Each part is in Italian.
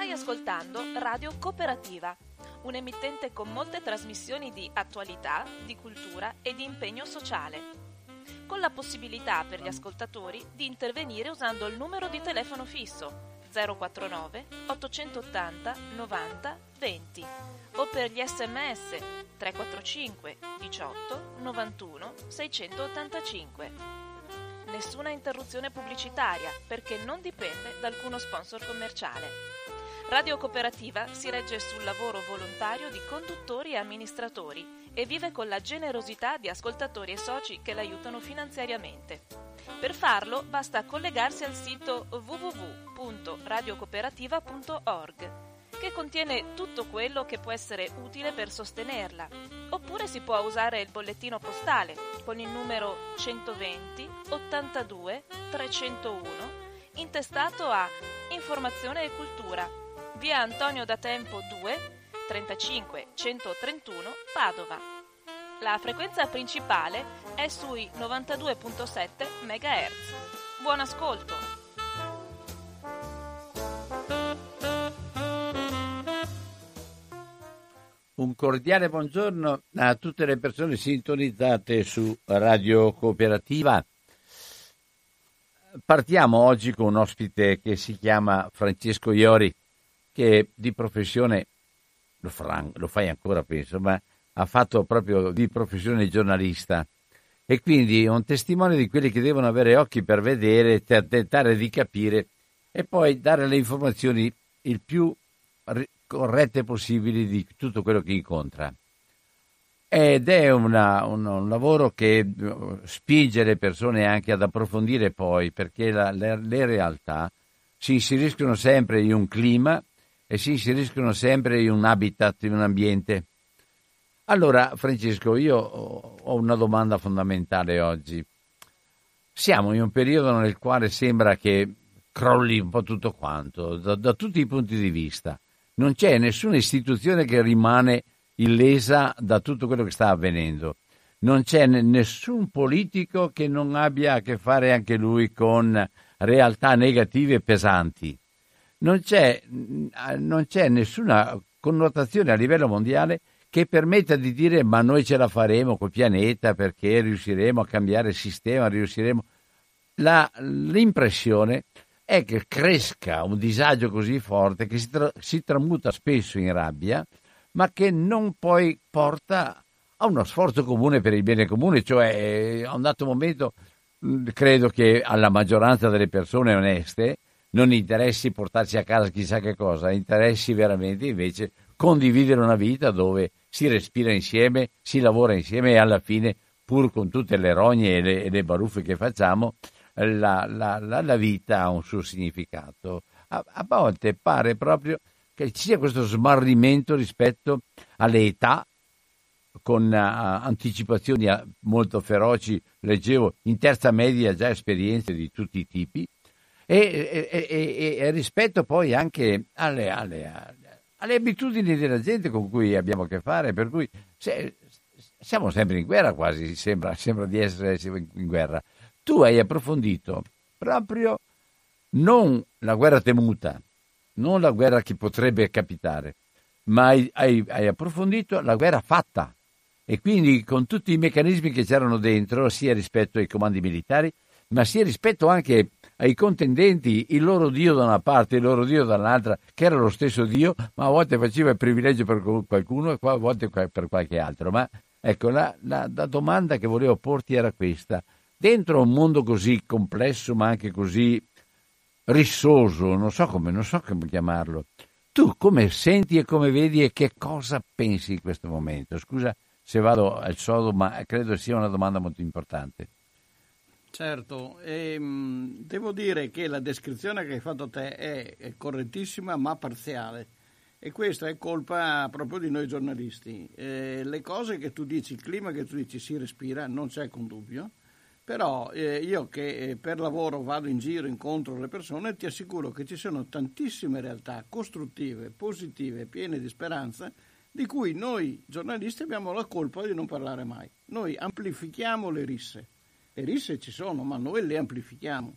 Stai ascoltando Radio Cooperativa, un emittente con molte trasmissioni di attualità, di cultura e di impegno sociale, con la possibilità per gli ascoltatori di intervenire usando il numero di telefono fisso 049 880 90 20 o per gli SMS 345 18 91 685. Nessuna interruzione pubblicitaria perché non dipende da alcuno sponsor commerciale. Radio Cooperativa si regge sul lavoro volontario di conduttori e amministratori e vive con la generosità di ascoltatori e soci che l'aiutano finanziariamente. Per farlo basta collegarsi al sito www.radiocooperativa.org, che contiene tutto quello che può essere utile per sostenerla, oppure si può usare il bollettino postale con il numero 120 82 301 intestato a Informazione e Cultura, via Antonio da Tempo 2 35 131 Padova. La frequenza principale è sui 92.7 MHz. Buon ascolto! Un cordiale buongiorno a tutte le persone sintonizzate su Radio Cooperativa. Partiamo oggi con un ospite che si chiama Francesco Iori, che di professione, lo fai ancora penso, ma ha fatto proprio di professione giornalista e quindi è un testimone di quelli che devono avere occhi per vedere, tentare di capire e poi dare le informazioni il più corrette possibili di tutto quello che incontra. Ed è un lavoro che spinge le persone anche ad approfondire poi, perché le realtà si inseriscono sempre in un clima e si inseriscono sempre in un habitat, in un ambiente. Allora, Francesco, io ho una domanda fondamentale oggi. Siamo in un periodo nel quale sembra che crolli un po' tutto quanto, da tutti i punti di vista. Non c'è nessuna istituzione che rimane illesa da tutto quello che sta avvenendo. Non c'è nessun politico che non abbia a che fare anche lui con realtà negative e pesanti. Non c'è nessuna connotazione a livello mondiale che permetta di dire ma noi ce la faremo col pianeta perché riusciremo a cambiare il sistema, riusciremo. L'impressione è che cresca un disagio così forte che si tramuta spesso in rabbia, ma che non poi porta a uno sforzo comune per il bene comune, cioè a un dato momento credo che alla maggioranza delle persone oneste non interessi portarci a casa chissà che cosa, interessi veramente invece condividere una vita dove si respira insieme, si lavora insieme e alla fine, pur con tutte le rogne e le baruffe che facciamo, la vita ha un suo significato. A volte pare proprio che ci sia questo smarrimento rispetto alle età, con anticipazioni molto feroci, leggevo in terza media già esperienze di tutti i tipi, e rispetto poi anche alle abitudini della gente con cui abbiamo a che fare, per cui siamo sempre in guerra quasi, sembra di essere in guerra. Tu hai approfondito proprio non la guerra temuta, non la guerra che potrebbe capitare, ma hai approfondito la guerra fatta, e quindi con tutti i meccanismi che c'erano dentro, sia rispetto ai comandi militari, ma sia rispetto anche ai contendenti, il loro Dio da una parte e il loro Dio dall'altra, che era lo stesso Dio, ma a volte faceva il privilegio per qualcuno e a volte per qualche altro. Ma ecco, la domanda che volevo porti era questa. Dentro un mondo così complesso, ma anche così rissoso, non so come chiamarlo, tu come senti e come vedi e che cosa pensi in questo momento? Scusa se vado al sodo, ma credo sia una domanda molto importante. Certo, devo dire che la descrizione che hai fatto te è correttissima ma parziale, e questa è colpa proprio di noi giornalisti. Le cose che tu dici, il clima che tu dici si respira, non c'è con dubbio, però io che per lavoro vado in giro, incontro le persone, ti assicuro che ci sono tantissime realtà costruttive, positive, piene di speranza, di cui noi giornalisti abbiamo la colpa di non parlare mai. Noi amplifichiamo le risse ci sono, ma noi le amplifichiamo,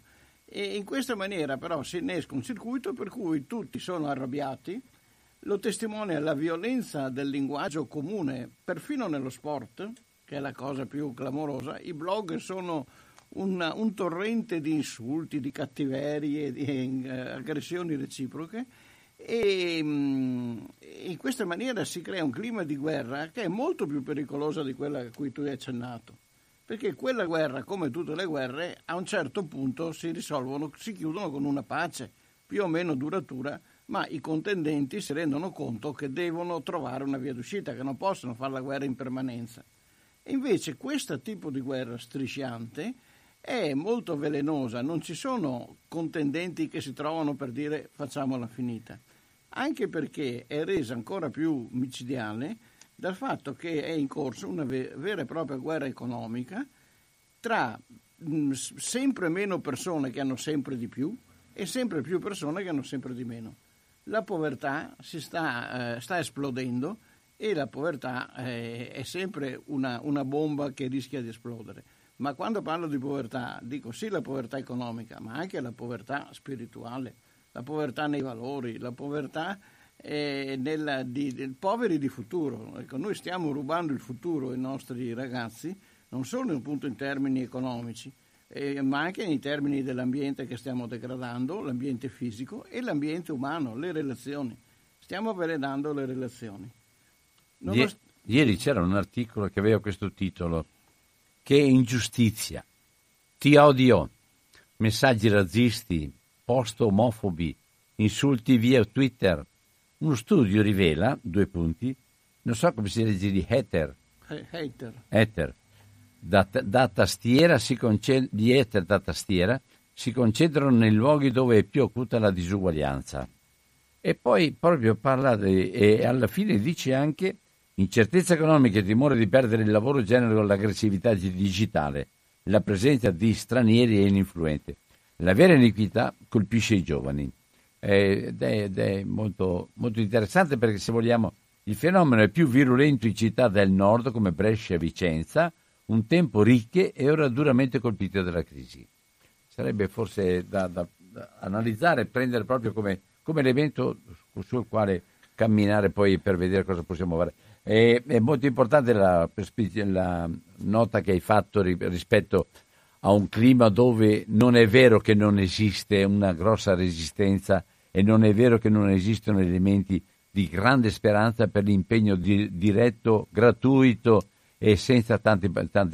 E in questa maniera però si innesca un circuito per cui tutti sono arrabbiati, lo testimonia la violenza del linguaggio comune, perfino nello sport, che è la cosa più clamorosa. I blog sono un torrente di insulti, di cattiverie, di aggressioni reciproche, e in questa maniera si crea un clima di guerra che è molto più pericolosa di quella a cui tu hai accennato, perché quella guerra, come tutte le guerre, a un certo punto si risolvono, si chiudono con una pace più o meno duratura, ma i contendenti si rendono conto che devono trovare una via d'uscita, che non possono fare la guerra in permanenza. E invece questo tipo di guerra strisciante è molto velenosa, non ci sono contendenti che si trovano per dire facciamola finita, anche perché è resa ancora più micidiale dal fatto che è in corso una vera e propria guerra economica tra sempre meno persone che hanno sempre di più e sempre più persone che hanno sempre di meno. La povertà si sta esplodendo, e la povertà è sempre una bomba che rischia di esplodere. Ma quando parlo di povertà, dico sì la povertà economica, ma anche la povertà spirituale, la povertà nei valori, la povertà poveri di futuro. Ecco, noi stiamo rubando il futuro ai nostri ragazzi, non solo appunto in termini economici, ma anche in termini dell'ambiente che stiamo degradando, l'ambiente fisico e l'ambiente umano, le relazioni. Stiamo avvelenando le relazioni. Ieri c'era un articolo che aveva questo titolo: che ingiustizia, ti odio, messaggi razzisti, post omofobi, insulti via Twitter. Uno studio rivela, non so come si legge di hater, da tastiera di hater da tastiera si concentrano nei luoghi dove è più acuta la disuguaglianza. E poi proprio parla e alla fine dice anche: incertezza economica e timore di perdere il lavoro generano l'aggressività digitale, la presenza di stranieri e ininfluenti. La vera iniquità colpisce i giovani. Ed è molto, molto interessante, perché se vogliamo il fenomeno è più virulento in città del nord come Brescia e Vicenza, un tempo ricche e ora duramente colpite dalla crisi. Sarebbe forse da analizzare e prendere proprio come elemento sul quale camminare poi per vedere cosa possiamo fare. È molto importante la nota che hai fatto rispetto a un clima dove non è vero che non esiste una grossa resistenza e non è vero che non esistono elementi di grande speranza per l'impegno diretto, gratuito e senza tanti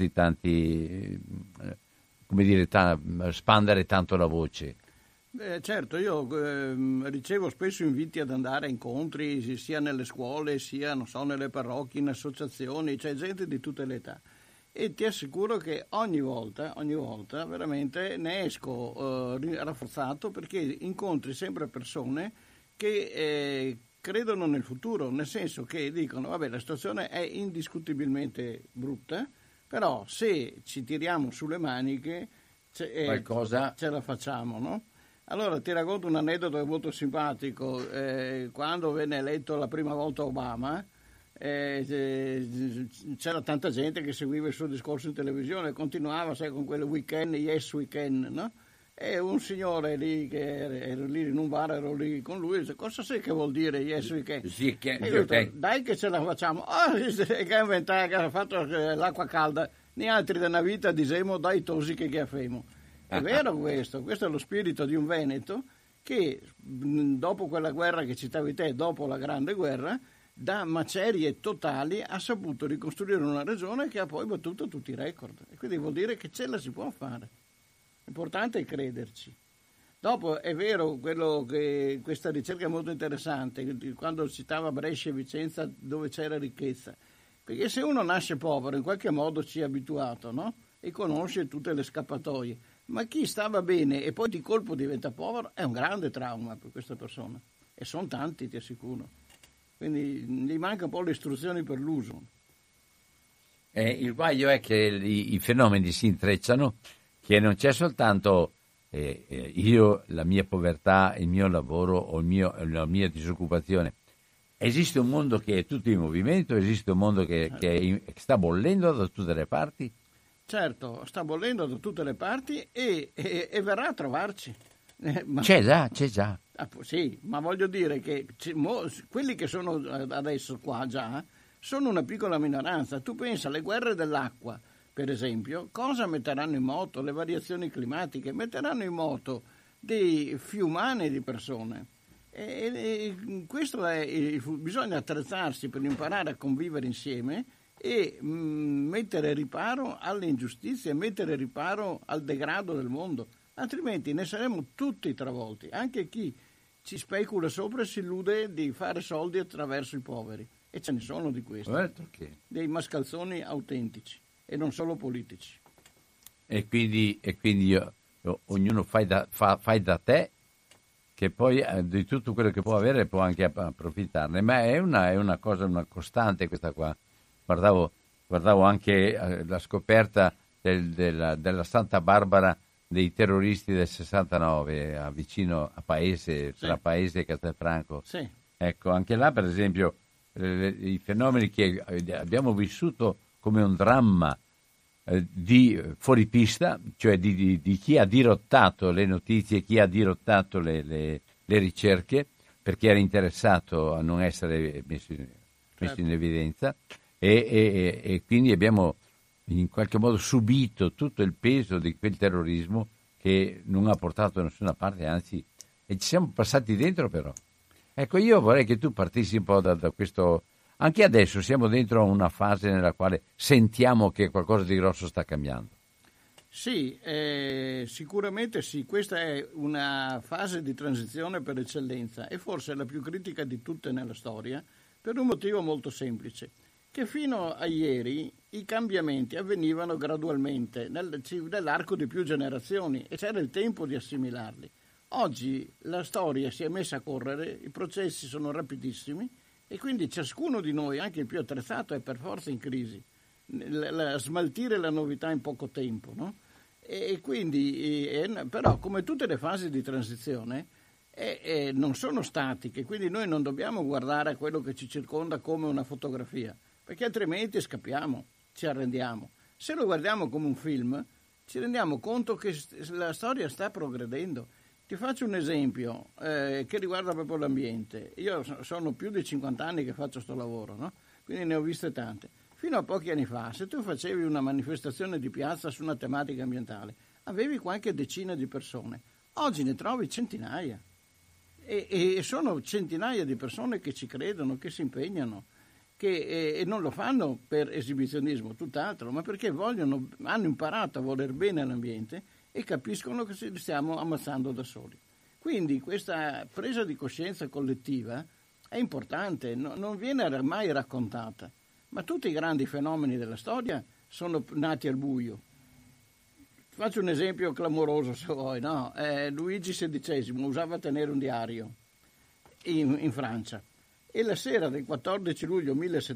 come dire, spandere tanto la voce. Certo, io ricevo spesso inviti ad andare a incontri sia nelle scuole sia nelle parrocchie, in associazioni, c'è gente di tutte le età, e ti assicuro che ogni volta veramente ne esco rafforzato, perché incontri sempre persone che credono nel futuro, nel senso che dicono vabbè, la situazione è indiscutibilmente brutta, però se ci tiriamo sulle maniche qualcosa ce la facciamo, no? Allora ti racconto un aneddoto molto simpatico. Quando venne eletto la prima volta Obama, c'era tanta gente che seguiva il suo discorso in televisione, continuava con quelle weekend, yes weekend, no? E un signore lì che era lì in un bar, ero lì con lui, dice: cosa sai che vuol dire yes weekend? Sì, dai che ce la facciamo. Che ha inventato, che ha fatto l'acqua calda, né altri della vita disemo dai tosi che femo. È vero questo è lo spirito di un Veneto che dopo quella guerra che citavi te, dopo la Grande Guerra, da macerie totali ha saputo ricostruire una regione che ha poi battuto tutti i record. E quindi vuol dire che ce la si può fare. L'importante è crederci. Dopo è vero questa ricerca è molto interessante, quando citava Brescia e Vicenza dove c'era ricchezza. Perché se uno nasce povero in qualche modo ci è abituato, no? E conosce tutte le scappatoie. Ma chi stava bene e poi di colpo diventa povero è un grande trauma per questa persona. E sono tanti, ti assicuro. Quindi gli manca un po' le istruzioni per l'uso. Il guaio è che i fenomeni si intrecciano, che non c'è soltanto io, la mia povertà, il mio lavoro o la mia disoccupazione. Esiste un mondo che è tutto in movimento, esiste un mondo che sta bollendo da tutte le parti. Certo, sta bollendo da tutte le parti e verrà a trovarci. C'è già. Sì, ma voglio dire che quelli che sono adesso qua già sono una piccola minoranza. Tu pensa alle guerre dell'acqua, per esempio, cosa metteranno in moto? Le variazioni climatiche metteranno in moto dei fiumani di persone. E questo bisogna attrezzarsi per imparare a convivere insieme e mettere riparo alle ingiustizie, mettere riparo al degrado del mondo, altrimenti ne saremo tutti travolti, anche chi ci specula sopra e si illude di fare soldi attraverso i poveri, e ce ne sono di questi, dei mascalzoni autentici e non solo politici. E quindi ognuno fai da te, che poi di tutto quello che può avere può anche approfittarne, ma è una cosa, una costante questa qua. Guardavo anche la scoperta della Santa Barbara dei terroristi del 69 vicino a Paese, sì, tra Paese e Castelfranco. Sì. Ecco, anche là per esempio i fenomeni che abbiamo vissuto come un dramma di fuoripista, cioè di chi ha dirottato le notizie, chi ha dirottato le ricerche perché era interessato a non essere messo in evidenza. E quindi abbiamo in qualche modo subito tutto il peso di quel terrorismo che non ha portato da nessuna parte, anzi, e ci siamo passati dentro però. Ecco, io vorrei che tu partissi un po' da questo. Anche adesso siamo dentro una fase nella quale sentiamo che qualcosa di grosso sta cambiando. Sì, sicuramente sì, questa è una fase di transizione per eccellenza e forse la più critica di tutte nella storia, per un motivo molto semplice, che fino a ieri i cambiamenti avvenivano gradualmente nell'arco di più generazioni e c'era il tempo di assimilarli. Oggi la storia si è messa a correre, i processi sono rapidissimi e quindi ciascuno di noi, anche il più attrezzato, è per forza in crisi. Smaltire la novità in poco tempo, no? E quindi, però, come tutte le fasi di transizione, non sono statiche, quindi noi non dobbiamo guardare a quello che ci circonda come una fotografia, perché altrimenti scappiamo, ci arrendiamo. Se lo guardiamo come un film, ci rendiamo conto che la storia sta progredendo. Ti faccio un esempio che riguarda proprio l'ambiente. Io sono più di 50 anni che faccio sto lavoro, no? Quindi ne ho viste tante. Fino a pochi anni fa, se tu facevi una manifestazione di piazza su una tematica ambientale, avevi qualche decina di persone. Oggi ne trovi centinaia. E sono centinaia di persone che ci credono, che si impegnano, e non lo fanno per esibizionismo, tutt'altro, ma perché hanno imparato a voler bene all'ambiente e capiscono che ci stiamo ammazzando da soli. Quindi questa presa di coscienza collettiva è importante, non viene mai raccontata, ma tutti i grandi fenomeni della storia sono nati al buio. Faccio un esempio clamoroso, se vuoi, no? Luigi XVI usava tenere un diario in Francia e la sera del 14 luglio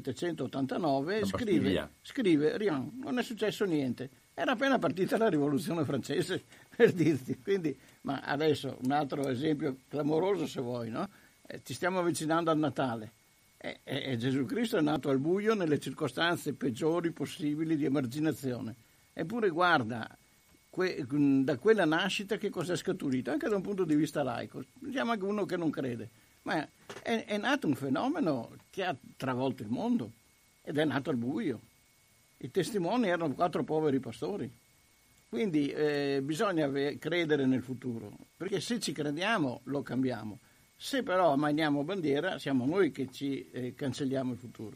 1789 scrive rien, non è successo niente. Era appena partita la rivoluzione francese, per dirti. Quindi, ma adesso un altro esempio clamoroso, se vuoi, no? Ci stiamo avvicinando al Natale. Gesù Cristo è nato al buio nelle circostanze peggiori possibili di emarginazione. Eppure guarda, da quella nascita che cosa è scaturito, anche da un punto di vista laico. Diciamo anche uno che non crede. Ma è nato un fenomeno che ha travolto il mondo ed è nato al buio. I testimoni erano 4 poveri pastori. Quindi bisogna credere nel futuro, perché se ci crediamo lo cambiamo. Se però ammaniamo bandiera, siamo noi che ci cancelliamo il futuro.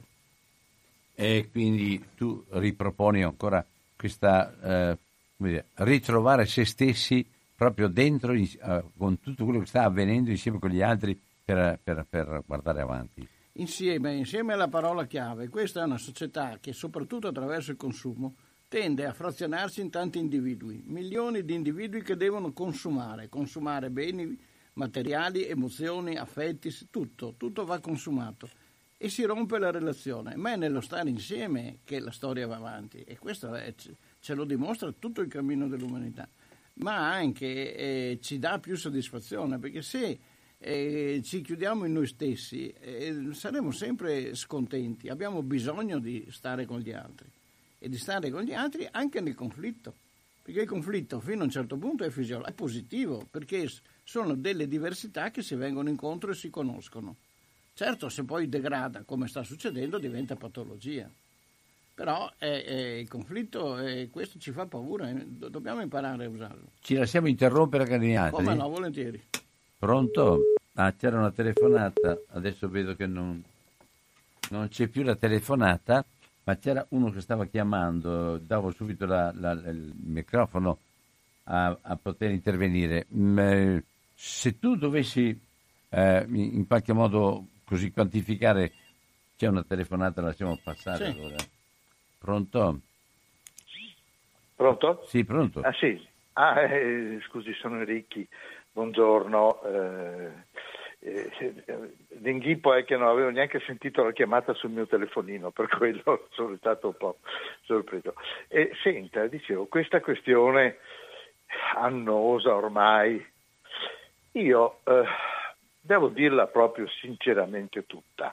E quindi tu riproponi ancora questa ritrovare se stessi proprio dentro con tutto quello che sta avvenendo insieme con gli altri per guardare avanti. Insieme è la parola chiave. Questa è una società che soprattutto attraverso il consumo tende a frazionarsi in tanti individui, milioni di individui che devono consumare beni materiali, emozioni, affetti, tutto va consumato e si rompe la relazione, ma è nello stare insieme che la storia va avanti e questo ce lo dimostra tutto il cammino dell'umanità, ma anche ci dà più soddisfazione, perché se ci chiudiamo in noi stessi saremo sempre scontenti, abbiamo bisogno di stare con gli altri e di stare con gli altri anche nel conflitto. Perché il conflitto fino a un certo punto è fisiologico, è positivo, perché sono delle diversità che si vengono incontro e si conoscono. Certo, se poi degrada, come sta succedendo, diventa patologia. Però il conflitto, questo ci fa paura, dobbiamo imparare a usarlo. Ci lasciamo interrompere, cari altri? Come no, volentieri. Pronto? C'era una telefonata, adesso vedo che non c'è più la telefonata, ma c'era uno che stava chiamando, davo subito il microfono a poter intervenire. Se tu dovessi in qualche modo così quantificare, c'è una telefonata, la lasciamo passare. Sì. Allora. Pronto? Pronto? Sì, pronto. Sì. Scusi, sono Ricchi. Buongiorno. L'inghippo è che non avevo neanche sentito la chiamata sul mio telefonino, per quello sono stato un po' sorpreso. Senta, dicevo, questa questione annosa ormai, io devo dirla proprio sinceramente tutta.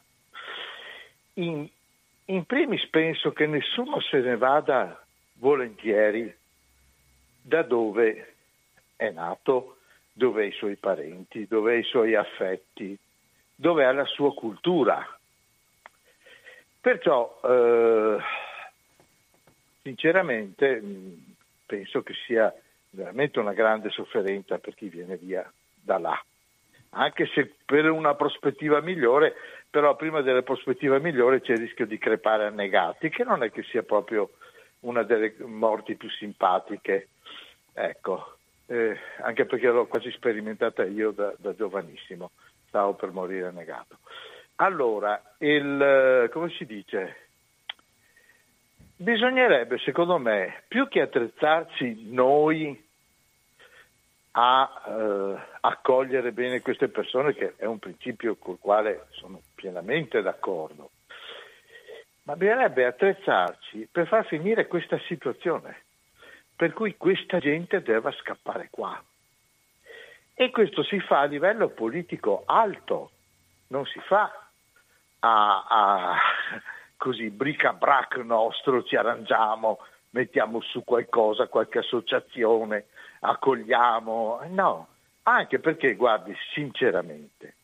In primis penso che nessuno se ne vada volentieri da dove è nato, dove ha i suoi parenti, dove ha i suoi affetti, dove ha la sua cultura. Perciò, sinceramente, penso che sia veramente una grande sofferenza per chi viene via da là. Anche se per una prospettiva migliore, però prima della prospettiva migliore c'è il rischio di crepare annegati, che non è che sia proprio una delle morti più simpatiche. Ecco. Anche perché l'ho quasi sperimentata io da giovanissimo, stavo per morire annegato. Allora, come si dice? Bisognerebbe, secondo me, più che attrezzarci noi a accogliere bene queste persone, che è un principio col quale sono pienamente d'accordo, ma bisognerebbe attrezzarci per far finire questa situazione, per cui questa gente deve scappare qua. E questo si fa a livello politico alto, non si fa così bric-a-brac nostro, ci arrangiamo, mettiamo su qualcosa, qualche associazione, accogliamo. No, anche perché, guardi, sinceramente,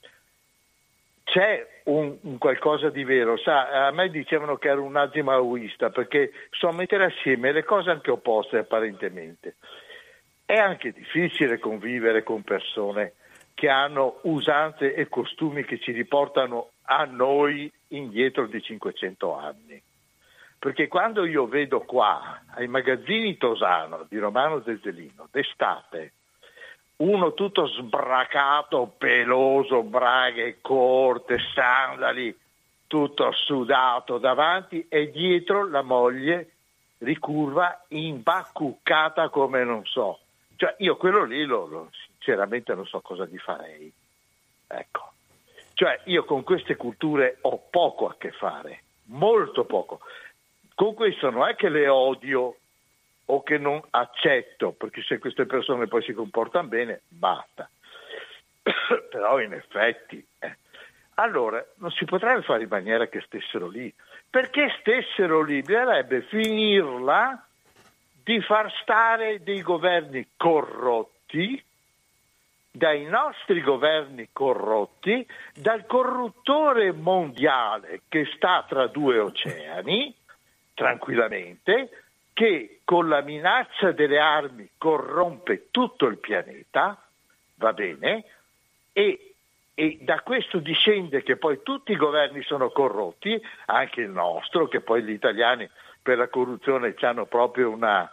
c'è un qualcosa di vero. Sa, a me dicevano che ero un nazi maoista perché so mettere assieme le cose anche opposte apparentemente. È anche difficile convivere con persone che hanno usanze e costumi che ci riportano a noi indietro di 500 anni. Perché quando io vedo qua ai magazzini Tosano di Romano Zezzelino d'estate uno tutto sbracato, peloso, braghe corte, sandali, tutto sudato davanti, e dietro la moglie ricurva imbacuccata come non so. Cioè io quello lì sinceramente non so cosa gli farei. Ecco. Cioè io con queste culture ho poco a che fare, molto poco. Con questo non è che le odio o che non accetto, perché se queste persone poi si comportano bene, basta. Però in effetti, allora non si potrebbe fare in maniera che stessero lì. Perché stessero lì? Bisognerebbe finirla di far stare dei governi corrotti, dai nostri governi corrotti, dal corruttore mondiale che sta tra due oceani, tranquillamente, che con la minaccia delle armi corrompe tutto il pianeta, va bene, e da questo discende che poi tutti i governi sono corrotti, anche il nostro, che poi gli italiani per la corruzione hanno proprio una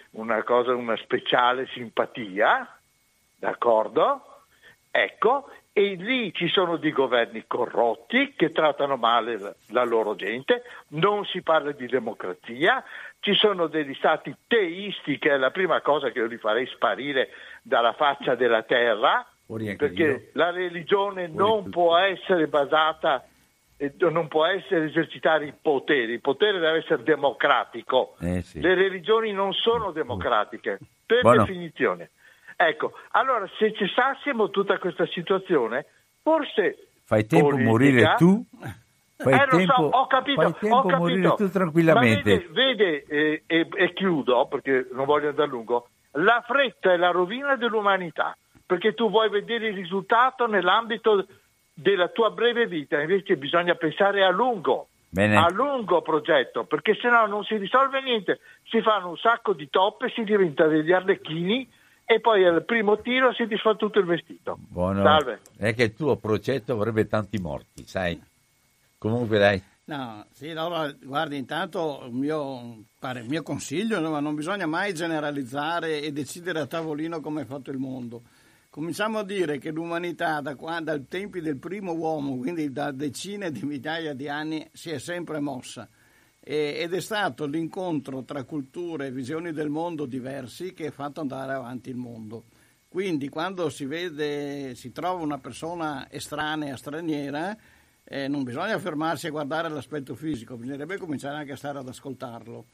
speciale simpatia, d'accordo? Ecco, e lì ci sono dei governi corrotti che trattano male la loro gente, non si parla di democrazia, ci sono degli stati teisti, che è la prima cosa che io li farei sparire dalla faccia della terra, perché la religione non può essere basata, non può essere esercitare il potere deve essere democratico. Sì. Le religioni non sono democratiche, per definizione. Ecco, allora se cessassimo tutta questa situazione, forse fai tempo a morire tu Fai lo so, ho capito. morire tu tranquillamente. Ma vede e chiudo perché non voglio andare lungo. La fretta è la rovina dell'umanità, perché tu vuoi vedere il risultato nell'ambito della tua breve vita, invece bisogna pensare a lungo. Bene. A lungo progetto, perché sennò non si risolve niente, si fanno un sacco di toppe, si diventa degli arlecchini e poi al primo tiro si disfa tutto il vestito. Buono. Salve. È che il tuo progetto avrebbe tanti morti, sai. Comunque dai. No, sì, allora, guardi, intanto il mio consiglio, no, non bisogna mai generalizzare e decidere a tavolino come è fatto il mondo. Cominciamo a dire che l'umanità dai tempi del primo uomo, quindi da decine di migliaia di anni, si è sempre mossa ed è stato l'incontro tra culture e visioni del mondo diversi che ha fatto andare avanti il mondo. Quindi quando si trova una persona estranea, straniera, non bisogna fermarsi a guardare l'aspetto fisico, bisognerebbe cominciare anche a stare ad ascoltarlo.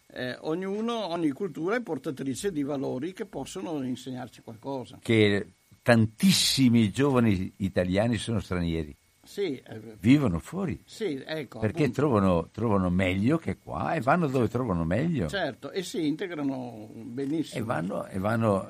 Ogni cultura è portatrice di valori che possono insegnarci qualcosa. Che tantissimi giovani italiani sono stranieri. Sì, vivono fuori. Sì, ecco, perché trovano meglio che qua e vanno dove trovano meglio. Certo, e si integrano benissimo. E vanno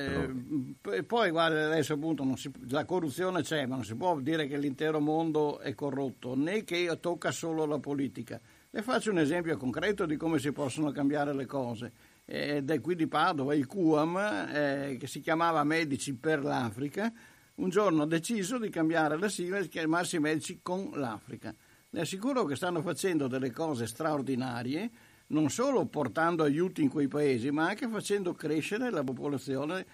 poi guarda, adesso appunto la corruzione c'è, ma non si può dire che l'intero mondo è corrotto, né che tocca solo la politica. Le faccio un esempio concreto di come si possono cambiare le cose. Ed è qui di Padova il QAM, che si chiamava Medici per l'Africa, un giorno ha deciso di cambiare la sigla e chiamarsi Medici con l'Africa. Le assicuro che stanno facendo delle cose straordinarie, non solo portando aiuti in quei paesi, ma anche facendo crescere la popolazione,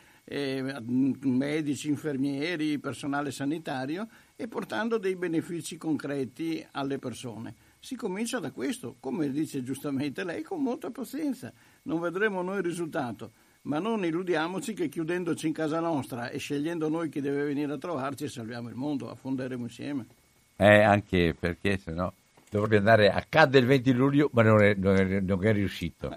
medici, infermieri, personale sanitario, e portando dei benefici concreti alle persone. Si comincia da questo, come dice giustamente lei, con molta pazienza. Non vedremo noi il risultato, ma non illudiamoci che chiudendoci in casa nostra e scegliendo noi chi deve venire a trovarci salviamo il mondo, affonderemo insieme. Anche perché sennò dovrebbe andare a accadde il 20 luglio, ma non è riuscito.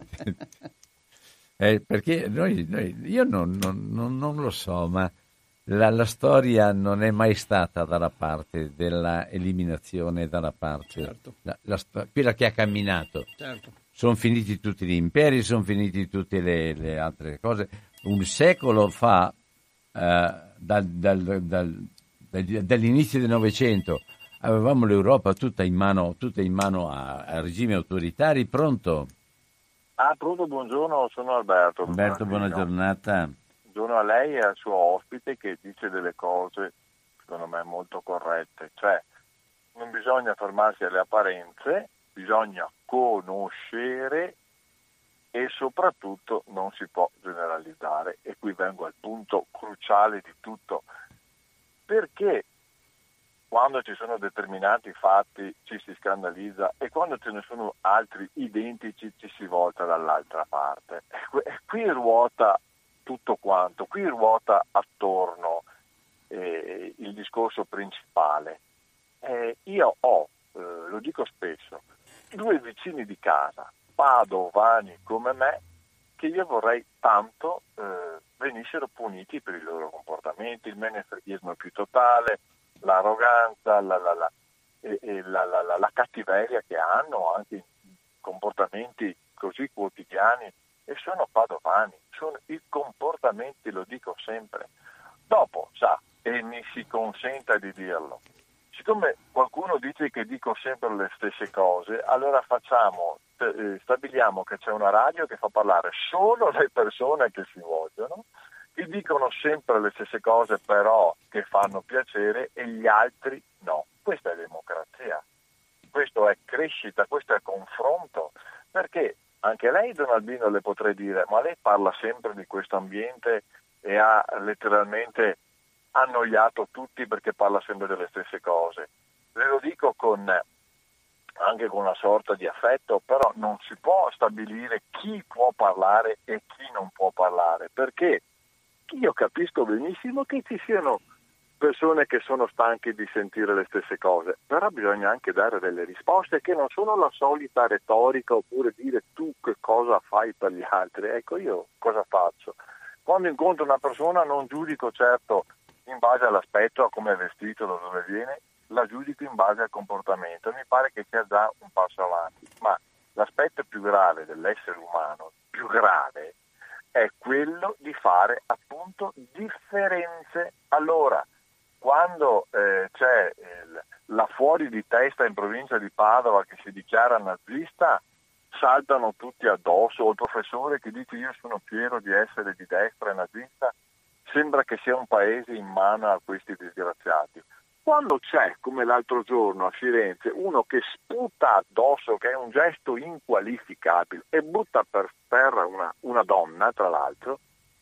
Perché io non lo so, ma la storia non è mai stata dalla parte della eliminazione, dalla parte certo. Quella che ha camminato. Certo. Sono finiti tutti gli imperi, sono finiti tutte le altre cose. Un secolo fa, dall'inizio del Novecento, avevamo l'Europa tutta in mano a regimi autoritari. Pronto? Pronto, buongiorno, sono Alberto. Alberto, buona giornata. Buongiorno a lei e al suo ospite che dice delle cose, secondo me, molto corrette. Cioè, non bisogna fermarsi alle apparenze, bisogna conoscere e soprattutto non si può generalizzare. E qui vengo al punto cruciale di tutto. Perché quando ci sono determinati fatti ci si scandalizza e quando ce ne sono altri identici ci si volta dall'altra parte? E qui ruota tutto quanto, qui ruota attorno il discorso principale. Io ho, lo dico spesso, 2 vicini di casa, padovani come me, che io vorrei tanto venissero puniti per i loro comportamenti, il menefreghismo più totale, l'arroganza, la cattiveria che hanno, anche in comportamenti così quotidiani, e sono padovani, sono i comportamenti, lo dico sempre. Dopo, e mi si consenta di dirlo, siccome qualcuno dice che dico sempre le stesse cose, allora stabiliamo che c'è una radio che fa parlare solo le persone che si vogliono, che dicono sempre le stesse cose però che fanno piacere e gli altri no. Questa è democrazia, questo è crescita, questo è confronto, perché anche lei, Don Albino, le potrei dire, ma lei parla sempre di questo ambiente e ha letteralmente annoiato tutti perché parla sempre delle stesse cose. Le lo dico anche con una sorta di affetto, però non si può stabilire chi può parlare e chi non può parlare, perché io capisco benissimo che ci siano persone che sono stanche di sentire le stesse cose, però bisogna anche dare delle risposte che non sono la solita retorica oppure dire tu che cosa fai per gli altri. Ecco, io cosa faccio? Quando incontro una persona non giudico certo in base all'aspetto, a come è vestito, da dove viene, la giudico in base al comportamento, mi pare che sia già un passo avanti, ma l'aspetto più grave dell'essere umano, più grave, è quello di fare appunto differenze. Allora, quando c'è la fuori di testa in provincia di Padova che si dichiara nazista, saltano tutti addosso, o il professore che dice io sono fiero di essere di destra e nazista, sembra che sia un paese in mano a questi disgraziati. Quando c'è, come l'altro giorno a Firenze, uno che sputa addosso, che è un gesto inqualificabile, e butta per terra una donna, tra l'altro,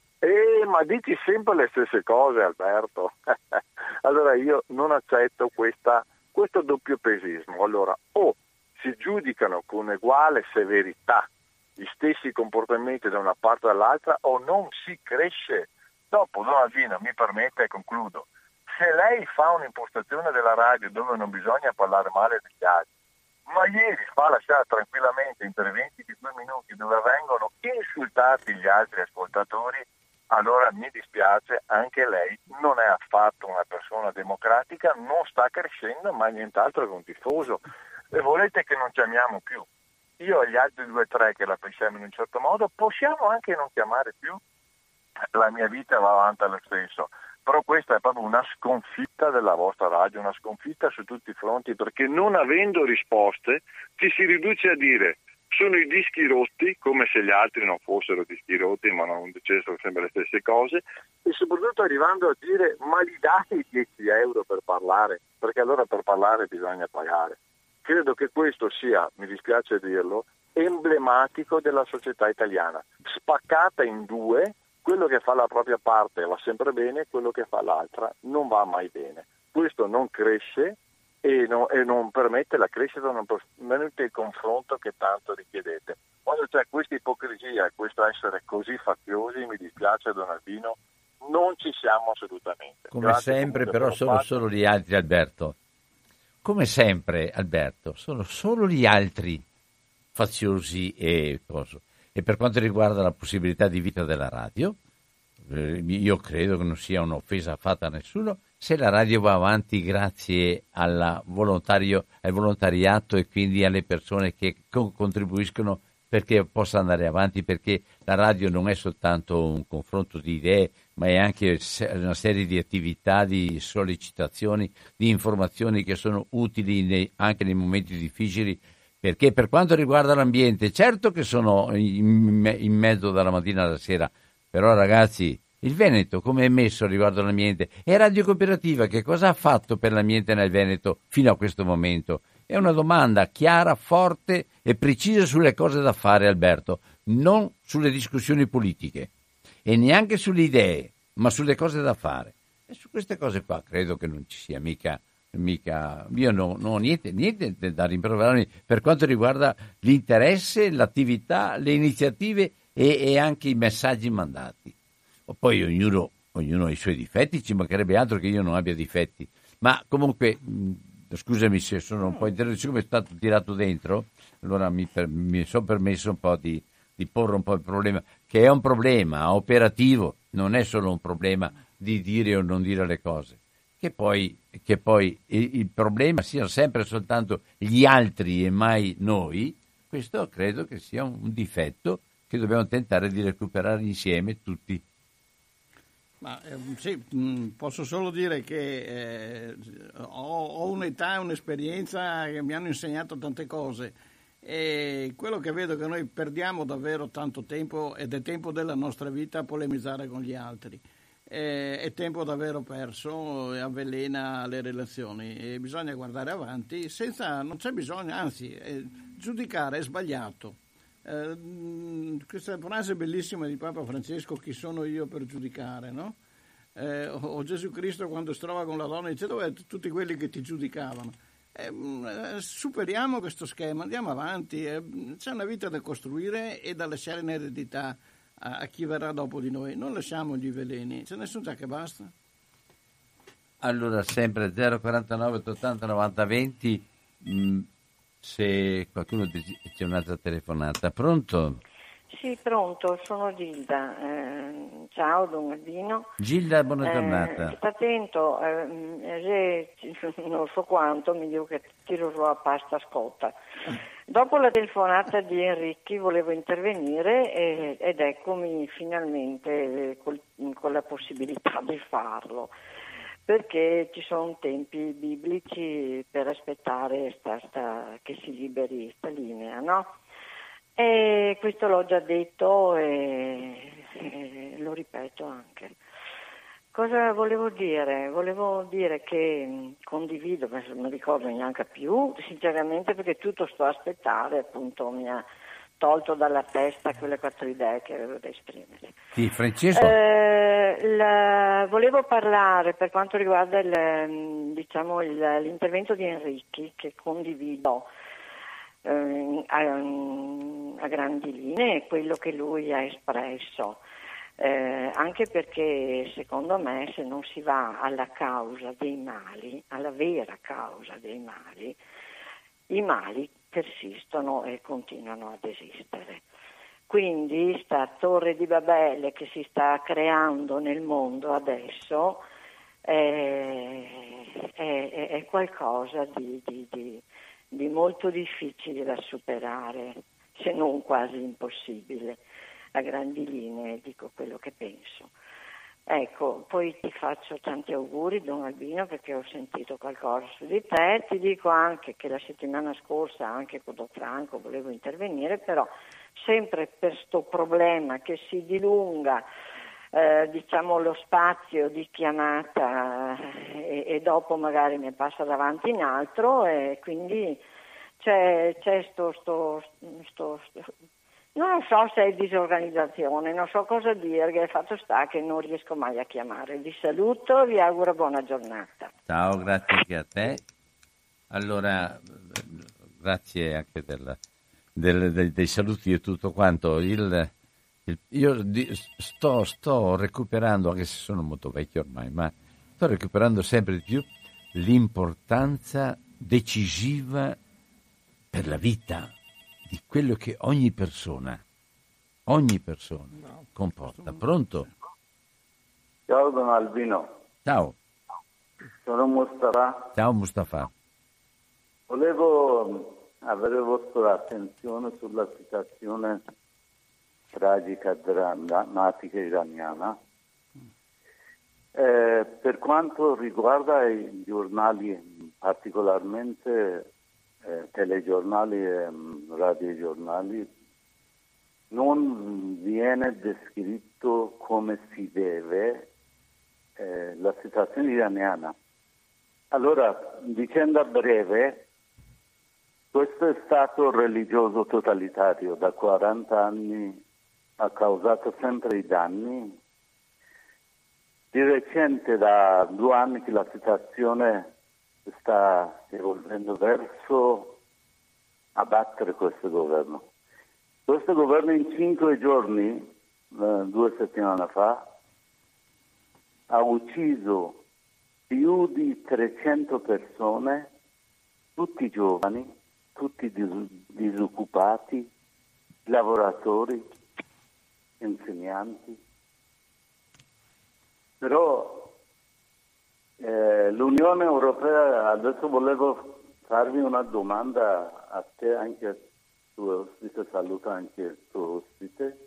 ma dici sempre le stesse cose, Alberto. Allora io non accetto questo doppiopesismo. Allora, o si giudicano con uguale severità gli stessi comportamenti da una parte o dall'altra, o non si cresce. Dopo, Don Albino, mi permette e concludo, se lei fa un'impostazione della radio dove non bisogna parlare male degli altri, ma ieri fa lasciare tranquillamente interventi di 2 minuti dove vengono insultati gli altri ascoltatori, allora mi dispiace, anche lei non è affatto una persona democratica, non sta crescendo, ma nient'altro che un tifoso. E volete che non chiamiamo più? Io e gli altri 2 o 3 che la pensiamo in un certo modo, possiamo anche non chiamare più? La mia vita va avanti allo stesso. Però questa è proprio una sconfitta della vostra radio, una sconfitta su tutti i fronti, perché non avendo risposte ci si riduce a dire sono i dischi rotti, come se gli altri non fossero dischi rotti, ma non dicessero sempre le stesse cose, e soprattutto arrivando a dire ma gli date i 10 euro per parlare, perché allora per parlare bisogna pagare. Credo che questo sia, mi dispiace dirlo, emblematico della società italiana, spaccata in 2. Quello che fa la propria parte va sempre bene, quello che fa l'altra non va mai bene. Questo non cresce e non permette la crescita, non permette il confronto che tanto richiedete. Quando c'è questa ipocrisia e questo essere così faziosi, mi dispiace Don Albino, non ci siamo assolutamente. Come Grazie sempre però sono solo gli altri, Alberto. Come sempre, Alberto, sono solo gli altri faziosi e coso. E per quanto riguarda la possibilità di vita della radio, io credo che non sia un'offesa fatta a nessuno se la radio va avanti grazie al volontariato e quindi alle persone che contribuiscono perché possa andare avanti, perché la radio non è soltanto un confronto di idee, ma è anche una serie di attività, di sollecitazioni, di informazioni che sono utili anche nei momenti difficili. Perché per quanto riguarda l'ambiente, certo che sono in mezzo dalla mattina alla sera, però ragazzi, il Veneto come è messo riguardo all'ambiente? E Radio Cooperativa che cosa ha fatto per l'ambiente nel Veneto fino a questo momento? È una domanda chiara, forte e precisa sulle cose da fare, Alberto, non sulle discussioni politiche e neanche sulle idee, ma sulle cose da fare. E su queste cose qua credo che non ci sia mica io non ho niente da rimproverarmi per quanto riguarda l'interesse, l'attività, le iniziative e anche i messaggi mandati. Poi ognuno ha i suoi difetti, ci mancherebbe altro che io non abbia difetti, ma comunque scusami se sono un po' interessato, siccome è stato tirato dentro, allora mi sono permesso un po' di porre un po' il problema, che è un problema operativo, non è solo un problema di dire o non dire le cose. Che poi il problema siano sempre soltanto gli altri e mai noi, questo credo che sia un difetto che dobbiamo tentare di recuperare insieme tutti. Ma sì, posso solo dire che ho un'età e un'esperienza che mi hanno insegnato tante cose e quello che vedo è che noi perdiamo davvero tanto tempo ed è tempo della nostra vita a polemizzare con gli altri. È tempo davvero perso e avvelena le relazioni e bisogna guardare avanti non c'è bisogno, anzi giudicare è sbagliato. Questa frase bellissima di Papa Francesco, chi sono io per giudicare, no? O Gesù Cristo quando si trova con la donna dice dove tutti quelli che ti giudicavano. Superiamo questo schema, andiamo avanti, c'è una vita da costruire e da lasciare in eredità a chi verrà dopo di noi, non lasciamogli i veleni, ce ne sono già che basta. Allora sempre 049 880 90 20 se qualcuno c'è un'altra telefonata. Pronto? Sì, pronto, sono Gilda. Ciao, Don Albino. Gilda, buona giornata. Sta attento, non so quanto, mi dico che tiro giù a pasta scotta. Dopo la telefonata di Enrichi volevo intervenire ed eccomi finalmente con la possibilità di farlo, perché ci sono tempi biblici per aspettare che si liberi sta linea, no? E questo l'ho già detto e lo ripeto anche. Cosa volevo dire? Volevo dire che condivido, non mi ricordo neanche più, sinceramente, perché tutto sto a aspettare, appunto mi ha tolto dalla testa quelle 4 idee che avevo da esprimere. Sì, Francesco. Volevo parlare per quanto riguarda l'intervento di Enrichi, che condivido a grandi linee quello che lui ha espresso. Anche perché secondo me se non si va alla causa dei mali, alla vera causa dei mali, i mali persistono e continuano ad esistere. Quindi sta torre di Babele che si sta creando nel mondo adesso è qualcosa di molto difficile da superare, se non quasi impossibile. A grandi linee dico quello che penso. Ecco, poi ti faccio tanti auguri, Don Albino, perché ho sentito qualcosa su di te. Ti dico anche che la settimana scorsa anche con Don Franco volevo intervenire, però sempre per sto problema che si dilunga lo spazio di chiamata e dopo magari ne passa davanti in altro, e quindi c'è non so se è disorganizzazione, non so cosa dirgli, il fatto sta che non riesco mai a chiamare. Vi saluto e vi auguro buona giornata. Ciao, grazie anche a te. Allora, grazie anche dei saluti e tutto quanto. Io sto recuperando, anche se sono molto vecchio ormai, ma sto recuperando sempre di più l'importanza decisiva per la vita di quello che ogni persona comporta. Pronto? Ciao Don Albino. Ciao. Sono Mustafa. Ciao Mustafa. Volevo avere vostra attenzione sulla situazione tragica drammatica iraniana. Per quanto riguarda i giornali, particolarmente telegiornali e radiogiornali, non viene descritto come si deve la situazione iraniana. Allora, dicendo a breve, questo è stato religioso totalitario, da 40 anni ha causato sempre i danni. Di recente, da 2 anni, che la situazione sta evolvendo verso abbattere questo governo. Questo governo in 5 giorni, 2 settimane fa, ha ucciso più di 300 persone, tutti giovani, tutti disoccupati, lavoratori, insegnanti. Però l'Unione Europea, adesso volevo farvi una domanda a te, anche al tuo ospite, saluta anche il tuo ospite.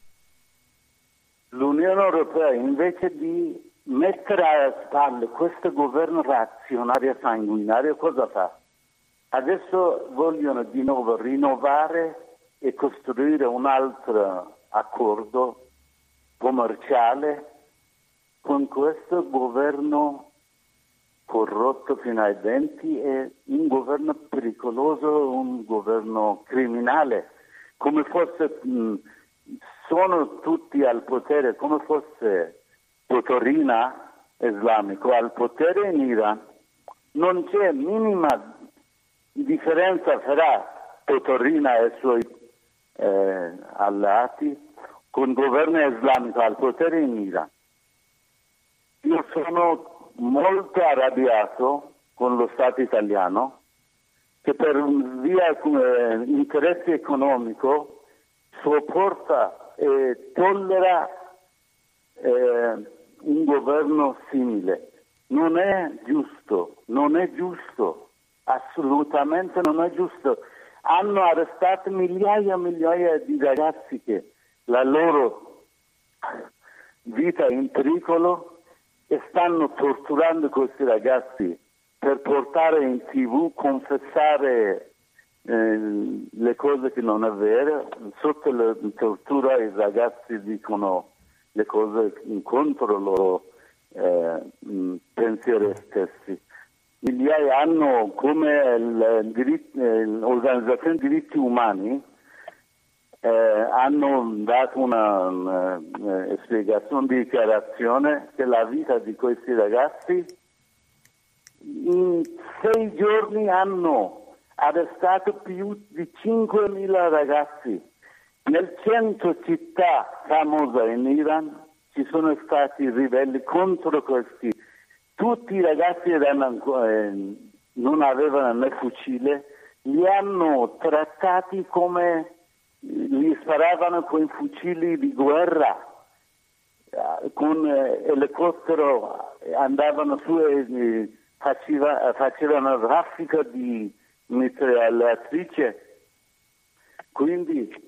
L'Unione Europea, invece di mettere a spalle questo governo reazionario e sanguinario, cosa fa? Adesso vogliono di nuovo rinnovare e costruire un altro accordo commerciale con questo governo corrotto fino ai denti, è un governo pericoloso, un governo criminale, come fosse sono tutti al potere, come fosse Potorina islamico al potere in Iran. Non c'è minima differenza fra Potorina e i suoi alleati con il governo islamico al potere in Iran. Io sono molto arrabbiato con lo Stato italiano, che per via interesse economico sopporta e tollera un governo simile. Non è giusto, assolutamente non è giusto. Hanno arrestato migliaia e migliaia di ragazzi che la loro vita è in pericolo e stanno torturando questi ragazzi per portare in TV, confessare le cose che non è vero. Sotto la tortura i ragazzi dicono le cose contro i loro pensieri stessi. Migliaia hanno, come l'Organizzazione dei diritti umani, hanno dato una spiegazione, dichiarazione che la vita di questi ragazzi in 6 giorni hanno arrestato più di 5.000 ragazzi. Nel centro città famosa in Iran ci sono stati ribelli contro questi. Tutti i ragazzi non avevano né fucile, li hanno trattati come li sparavano con fucili di guerra, con elicottero andavano su e facevano raffica di mitragliatrice. Quindi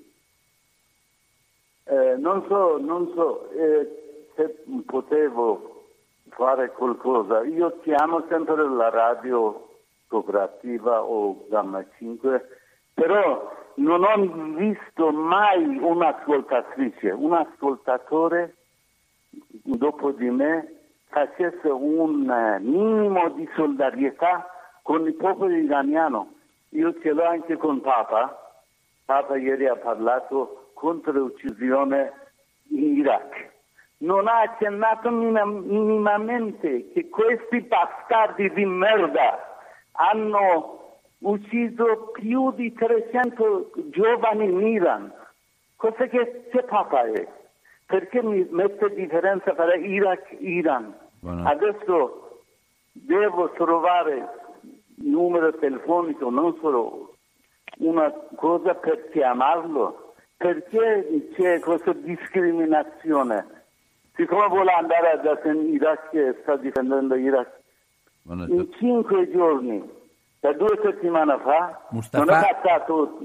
non so se potevo fare qualcosa. Io chiamo sempre la radio cooperativa o Gamma 5, però non ho visto mai un'ascoltatrice, un ascoltatore dopo di me facesse un minimo di solidarietà con il popolo iraniano. Io ce l'ho anche con Papa. Papa ieri ha parlato contro l'uccisione in Iraq. Non ha accennato minimamente che questi bastardi di merda hanno ucciso più di 300 giovani in Iran. Cosa che Papa è? Perché mi mette differenza tra Iraq e Iran? Buona. Adesso devo trovare il numero telefonico, non solo una cosa per chiamarlo. Perché c'è questa discriminazione? Siccome vuole andare in Iraq e sta difendendo Iraq, in 5 giorni, da 2 settimane fa, non è passato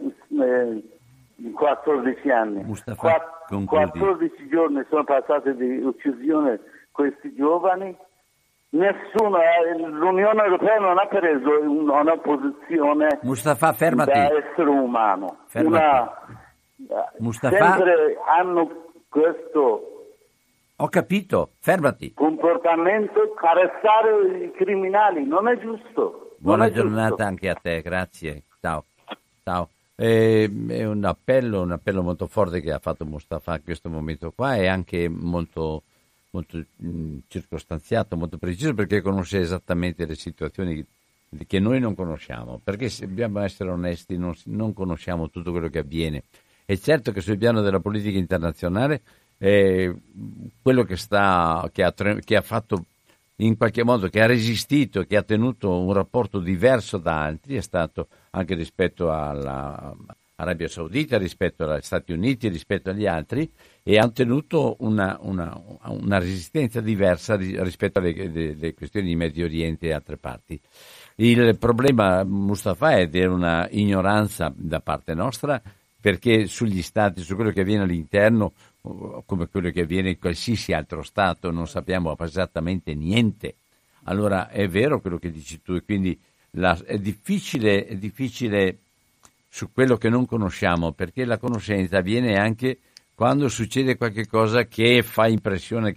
14 anni, 14 giorni sono passati di uccisione questi giovani. Nessuno, l'Unione Europea non ha preso una posizione Mustafa, fermati. Da essere umano. Mustafa, sempre hanno questo. Ho capito, fermati. Comportamento, arrestare i criminali, non è giusto. Buona giornata anche a te, grazie. Ciao. È un appello molto forte che ha fatto Mustafa in questo momento qua, e anche molto circostanziato, molto preciso, perché conosce esattamente le situazioni che noi non conosciamo, perché se dobbiamo essere onesti, non conosciamo tutto quello che avviene. È certo che sul piano della politica internazionale quello che ha fatto in qualche modo, che ha resistito, che ha tenuto un rapporto diverso da altri, è stato anche rispetto all'Arabia Saudita, rispetto agli Stati Uniti, rispetto agli altri, e ha tenuto una resistenza diversa rispetto alle questioni di Medio Oriente e altre parti. Il problema, Mustafa, è di una ignoranza da parte nostra, perché sugli stati, su quello che avviene all'interno, come quello che avviene in qualsiasi altro stato, non sappiamo esattamente niente. Allora è vero quello che dici tu, e quindi è difficile su quello che non conosciamo, perché la conoscenza avviene anche quando succede qualche cosa che fa impressione,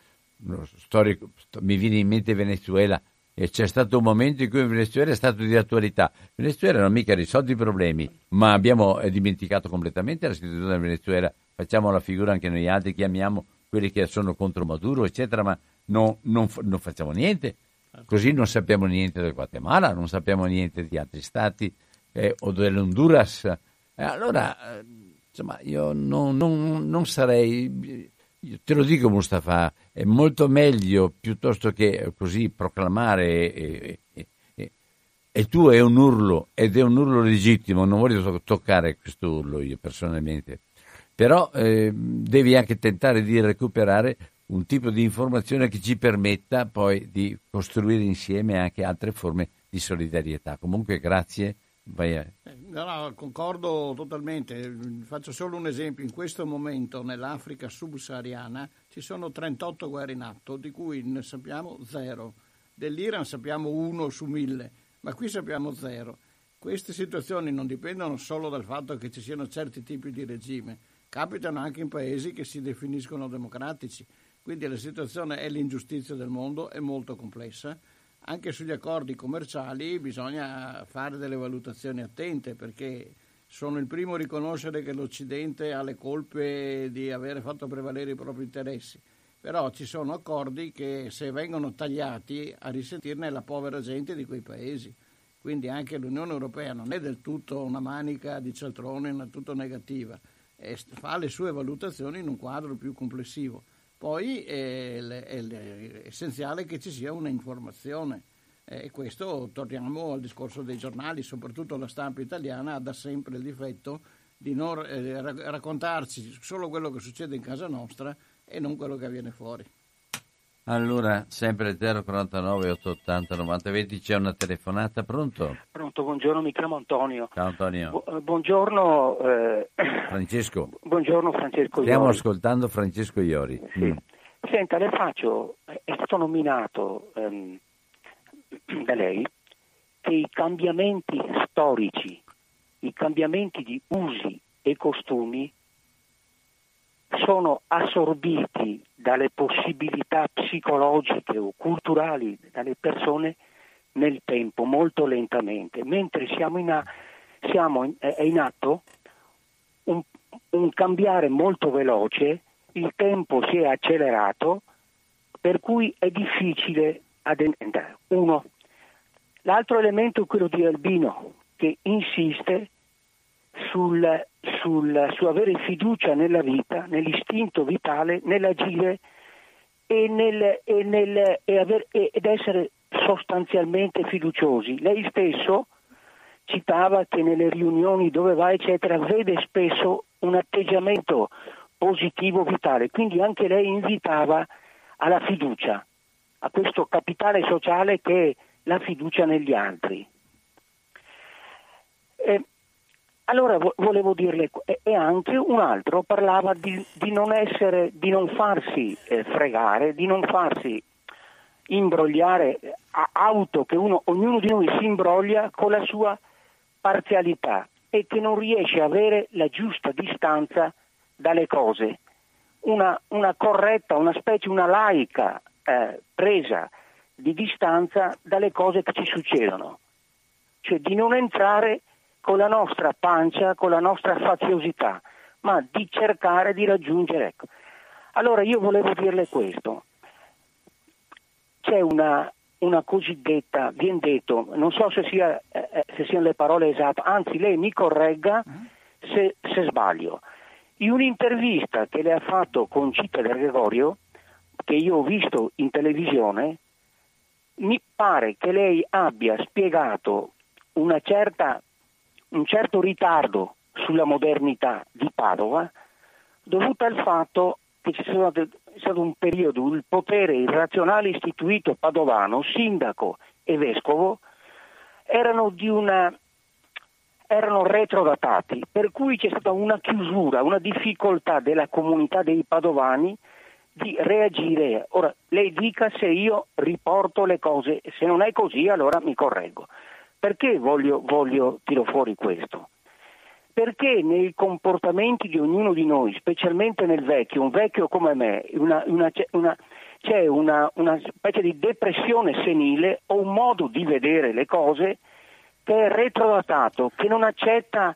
mi viene in mente Venezuela, e c'è stato un momento in cui in Venezuela è stato di attualità. Venezuela non ha mica risolto i problemi, ma abbiamo dimenticato completamente la situazione del Venezuela. Facciamo la figura anche noi altri, chiamiamo quelli che sono contro Maduro, eccetera, ma non facciamo niente. Così non sappiamo niente del Guatemala, non sappiamo niente di altri stati o dell'Honduras. Allora, insomma, io non sarei... Te lo dico, Mustafa, è molto meglio, piuttosto che così proclamare e tu è un urlo, ed è un urlo legittimo, non voglio toccare questo urlo io personalmente, però devi anche tentare di recuperare un tipo di informazione che ci permetta poi di costruire insieme anche altre forme di solidarietà. Comunque grazie. No, concordo totalmente. Faccio solo un esempio. In questo momento nell'Africa subsahariana ci sono 38 guerre in atto, di cui ne sappiamo 0. Dell'Iran sappiamo 1 su 1000, ma qui sappiamo 0. Queste situazioni non dipendono solo dal fatto che ci siano certi tipi di regime, capitano anche in paesi che si definiscono democratici. Quindi la situazione è l'ingiustizia del mondo, è molto complessa. Anche sugli accordi commerciali bisogna fare delle valutazioni attente, perché sono il primo a riconoscere che l'Occidente ha le colpe di avere fatto prevalere i propri interessi, però ci sono accordi che, se vengono tagliati, a risentirne la povera gente di quei paesi. Quindi anche l'Unione Europea non è del tutto una manica di cialtrone, non è tutto negativa, fa le sue valutazioni in un quadro più complessivo. Poi è essenziale che ci sia una informazione, e questo, torniamo al discorso dei giornali, soprattutto la stampa italiana ha da sempre il difetto di non raccontarci solo quello che succede in casa nostra e non quello che avviene fuori. Allora, sempre 049 880 9020, c'è una telefonata, pronto? Pronto, buongiorno, mi chiamo Antonio. Ciao Antonio. Buongiorno Francesco. Buongiorno Francesco Stiamo Iori. ascoltando Francesco Iori. Sì. Senta, le faccio, è stato nominato da lei che i cambiamenti storici, i cambiamenti di usi e costumi sono assorbiti dalle possibilità psicologiche o culturali dalle persone nel tempo, molto lentamente, mentre è in atto un cambiare molto veloce, il tempo si è accelerato, per cui è difficile entrare. Uno. L'altro elemento è quello di Albino, che insiste su avere fiducia nella vita, nell'istinto vitale, nell'agire ed essere sostanzialmente fiduciosi. Lei stesso citava che nelle riunioni dove va, eccetera, vede spesso un atteggiamento positivo vitale, quindi anche lei invitava alla fiducia, a questo capitale sociale che è la fiducia negli altri. Allora volevo dirle, e anche un altro parlava di non farsi fregare, di non farsi imbrogliare a auto che ognuno di noi si imbroglia con la sua parzialità e che non riesce a avere la giusta distanza dalle cose, una corretta, una laica presa di distanza dalle cose che ci succedono, cioè di non entrare con la nostra pancia, con la nostra faziosità, ma di cercare di raggiungere. Ecco. Allora io volevo dirle questo. C'è una cosiddetta, viene detto, non so se siano le parole esatte, anzi lei mi corregga se sbaglio. In un'intervista che le ha fatto Concita De Gregorio, che io ho visto in televisione, mi pare che lei abbia spiegato un certo ritardo sulla modernità di Padova dovuto al fatto che c'è stato un periodo, il potere irrazionale istituito padovano, sindaco e vescovo, erano retrodatati, per cui c'è stata una chiusura, una difficoltà della comunità dei padovani di reagire. Ora, lei dica se io riporto le cose, se non è così allora mi correggo. Perché tiro fuori questo? Perché nei comportamenti di ognuno di noi, specialmente nel vecchio, un vecchio come me, c'è una specie di depressione senile o un modo di vedere le cose che è retrodatato, che non accetta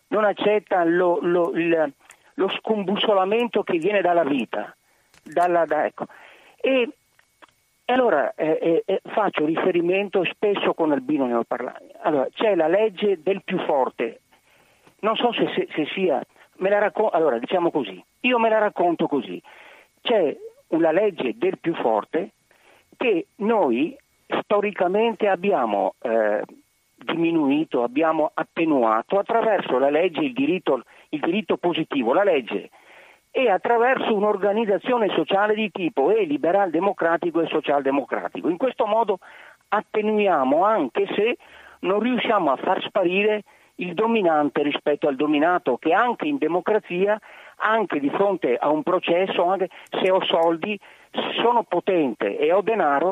lo scombussolamento che viene dalla vita. Ecco. E allora faccio riferimento, spesso con Albino ne ho parlato. Allora, c'è la legge del più forte. Non so se sia, allora diciamo così, io me la racconto così. C'è una legge del più forte che noi storicamente abbiamo diminuito, abbiamo attenuato attraverso la legge il diritto positivo, la legge, e attraverso un'organizzazione sociale di tipo liberal democratico e social democratico. In questo modo attenuiamo, anche se non riusciamo a far sparire il dominante rispetto al dominato, che anche in democrazia, anche di fronte a un processo, anche se ho soldi, sono potente e ho denaro,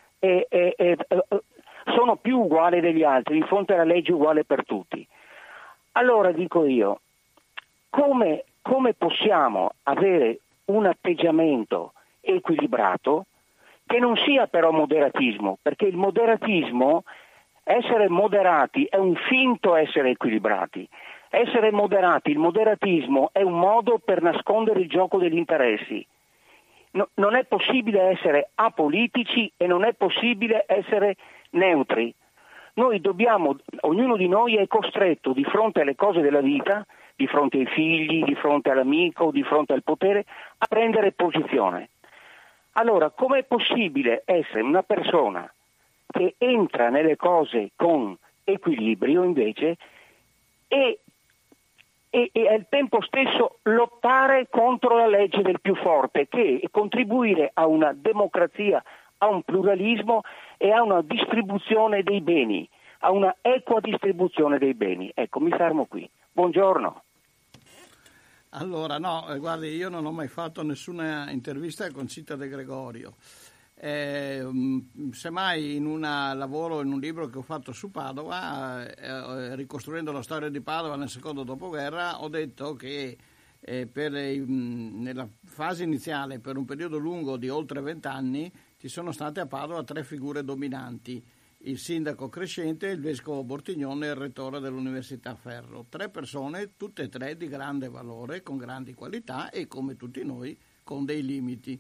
sono più uguale degli altri, di fronte alla legge uguale per tutti. Allora dico io, come possiamo avere un atteggiamento equilibrato che non sia però moderatismo, perché il moderatismo, essere moderati è un finto essere equilibrati. Essere moderati, il moderatismo è un modo per nascondere il gioco degli interessi. Non è possibile essere apolitici e non è possibile essere neutri. Ognuno di noi è costretto di fronte alle cose della vita, di fronte ai figli, di fronte all'amico, di fronte al potere, a prendere posizione. Allora, com'è possibile essere una persona che entra nelle cose con equilibrio invece e al tempo stesso lottare contro la legge del più forte, che è contribuire a una democrazia, a un pluralismo e a una distribuzione dei beni, a una equa distribuzione dei beni. Ecco, mi fermo qui. Buongiorno. Allora, no, guardi, io non ho mai fatto nessuna intervista con Cita De Gregorio. Semmai in un libro che ho fatto su Padova, ricostruendo la storia di Padova nel secondo dopoguerra, ho detto che nella fase iniziale, per un periodo lungo di oltre 20 anni, ci sono state a Padova 3 figure dominanti: il sindaco Crescente, il vescovo Bortignone e il rettore dell'Università Ferro. 3 persone, tutte e 3 di grande valore, con grandi qualità e, come tutti noi, con dei limiti.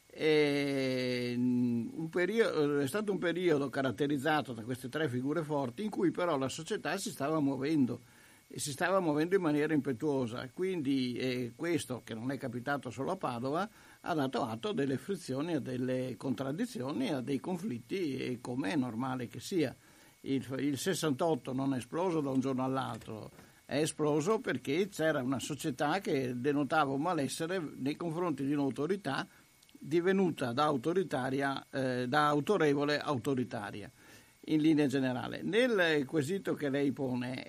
È stato un periodo caratterizzato da queste 3 figure forti, in cui però la società si stava muovendo in maniera impetuosa. Quindi questo, che non è capitato solo a Padova, ha dato atto delle frizioni, a delle contraddizioni, a dei conflitti, e come è normale che sia. Il 68 non è esploso da un giorno all'altro, è esploso perché c'era una società che denotava un malessere nei confronti di un'autorità divenuta da autorevole autoritaria, in linea generale. Nel quesito che lei pone,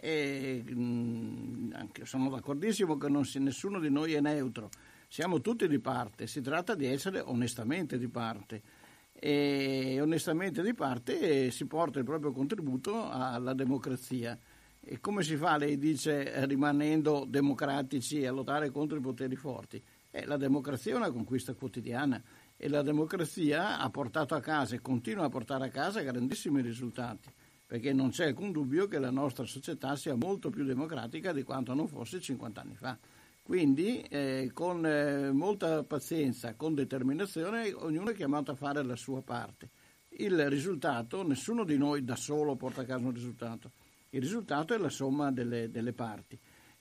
anche sono d'accordissimo che nessuno di noi è neutro, siamo tutti di parte, si tratta di essere onestamente di parte, e onestamente di parte si porta il proprio contributo alla democrazia. E come si fa, lei dice, rimanendo democratici, a lottare contro i poteri forti? La democrazia è una conquista quotidiana, e la democrazia ha portato a casa e continua a portare a casa grandissimi risultati, perché non c'è alcun dubbio che la nostra società sia molto più democratica di quanto non fosse 50 anni fa. Quindi con molta pazienza, con determinazione, ognuno è chiamato a fare la sua parte. Il risultato, nessuno di noi da solo porta a casa un risultato, il risultato è la somma delle parti.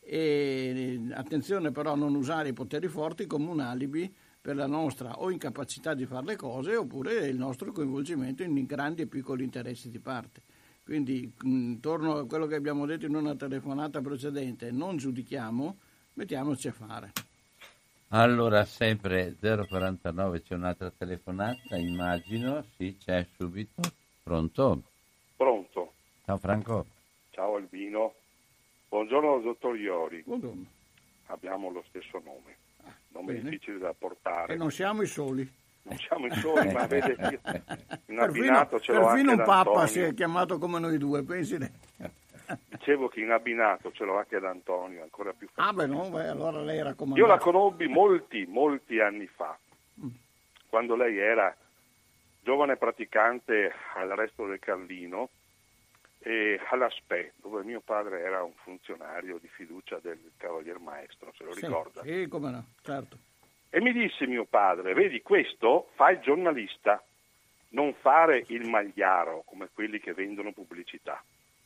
E attenzione però a non usare i poteri forti come un alibi per la nostra o incapacità di fare le cose, oppure il nostro coinvolgimento in grandi e piccoli interessi di parte. Quindi torno a quello che abbiamo detto in una telefonata precedente: non giudichiamo, mettiamoci a fare. Allora, sempre 049, c'è un'altra telefonata, immagino. Sì, c'è subito. Pronto? Pronto. Ciao Franco. Ciao Albino. Buongiorno dottor Iori. Buongiorno. Abbiamo lo stesso nome. Nome difficile da portare. E non siamo i soli. Non siamo i soli, ma vede, in abbinato ce l'ho anche perfino un d'Antonio. papa si è chiamato come noi due, pensi lei. Dicevo che in abbinato ce l'ho anche ad Antonio, ancora più facile. Allora lei era comandato. Io la conobbi molti anni fa, quando lei era giovane praticante all'Arresto del Carlino e all'Aspe, dove mio padre era un funzionario di fiducia del Cavalier Maestro, se lo ricorda? Sì, come no, certo. E mi disse mio padre: vedi, questo fa il giornalista, non fare il magliaro come quelli che vendono pubblicità.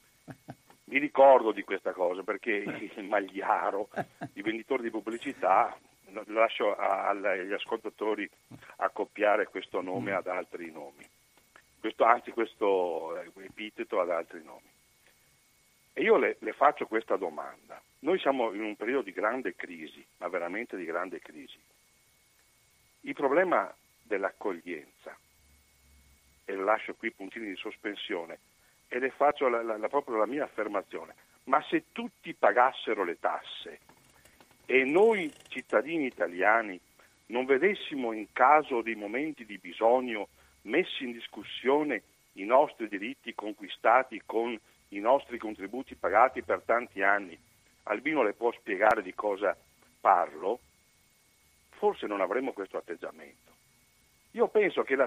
Mi ricordo di questa cosa, perché il magliaro, i venditori di pubblicità, lascio agli ascoltatori accoppiare questo nome ad altri nomi, questo epiteto ad altri nomi. E io le faccio questa domanda. Noi siamo in un periodo di grande crisi, ma veramente di grande crisi. Il problema dell'accoglienza, e lo lascio qui puntini di sospensione, e le faccio proprio la mia affermazione, ma se tutti pagassero le tasse e noi cittadini italiani non vedessimo in caso dei momenti di bisogno messi in discussione i nostri diritti conquistati con i nostri contributi pagati per tanti anni, Albino le può spiegare di cosa parlo, forse non avremmo questo atteggiamento. Io penso che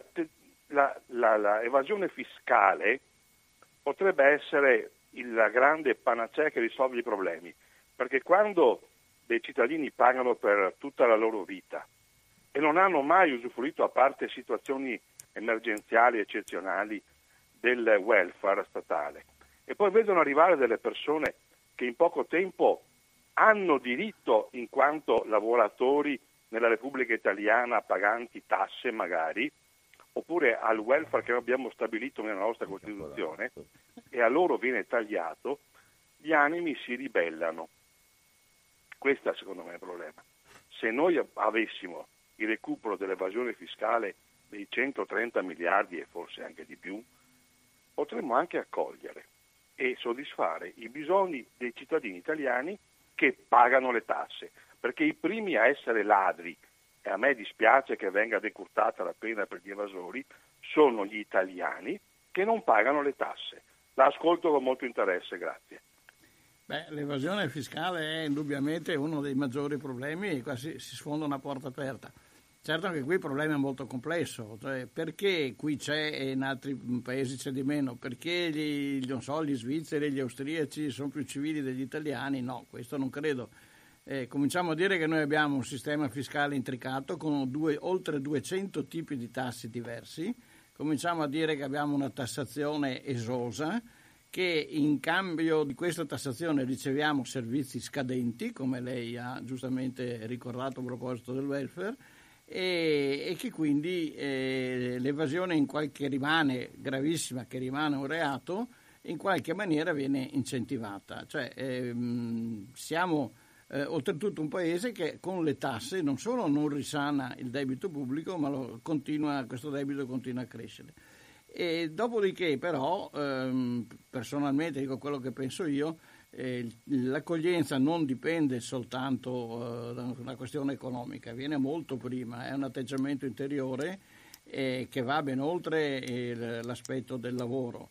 la evasione fiscale potrebbe essere la grande panacea che risolve i problemi, perché quando dei cittadini pagano per tutta la loro vita e non hanno mai usufruito, a parte situazioni emergenziali, eccezionali, del welfare statale, e poi vedono arrivare delle persone che in poco tempo hanno diritto, in quanto lavoratori nella Repubblica Italiana, paganti tasse magari, oppure al welfare che abbiamo stabilito nella nostra Costituzione, e a loro viene tagliato, gli animi si ribellano. Questo secondo me è il problema. Se noi avessimo il recupero dell'evasione fiscale dei 130 miliardi e forse anche di più, potremmo anche accogliere e soddisfare i bisogni dei cittadini italiani che pagano le tasse, perché i primi a essere ladri, e a me dispiace che venga decurtata la pena per gli evasori, sono gli italiani che non pagano le tasse. La ascolto con molto interesse, grazie. L'evasione fiscale è indubbiamente uno dei maggiori problemi e qua si sfonda una porta aperta. Certo che qui il problema è molto complesso, cioè perché qui c'è e in altri paesi c'è di meno, perché gli svizzeri e gli austriaci sono più civili degli italiani? No, questo non credo. Cominciamo a dire che noi abbiamo un sistema fiscale intricato con oltre 200 tipi di tasse diversi, cominciamo a dire che abbiamo una tassazione esosa, che in cambio di questa tassazione riceviamo servizi scadenti, come lei ha giustamente ricordato a proposito del welfare, e che quindi l'evasione che rimane gravissima, che rimane un reato, in qualche maniera viene incentivata. Cioè siamo oltretutto un paese che con le tasse non solo non risana il debito pubblico, ma questo debito continua a crescere. E dopodiché però, personalmente dico quello che penso io, l'accoglienza non dipende soltanto da una questione economica, viene molto prima, è un atteggiamento interiore che va ben oltre l'aspetto del lavoro.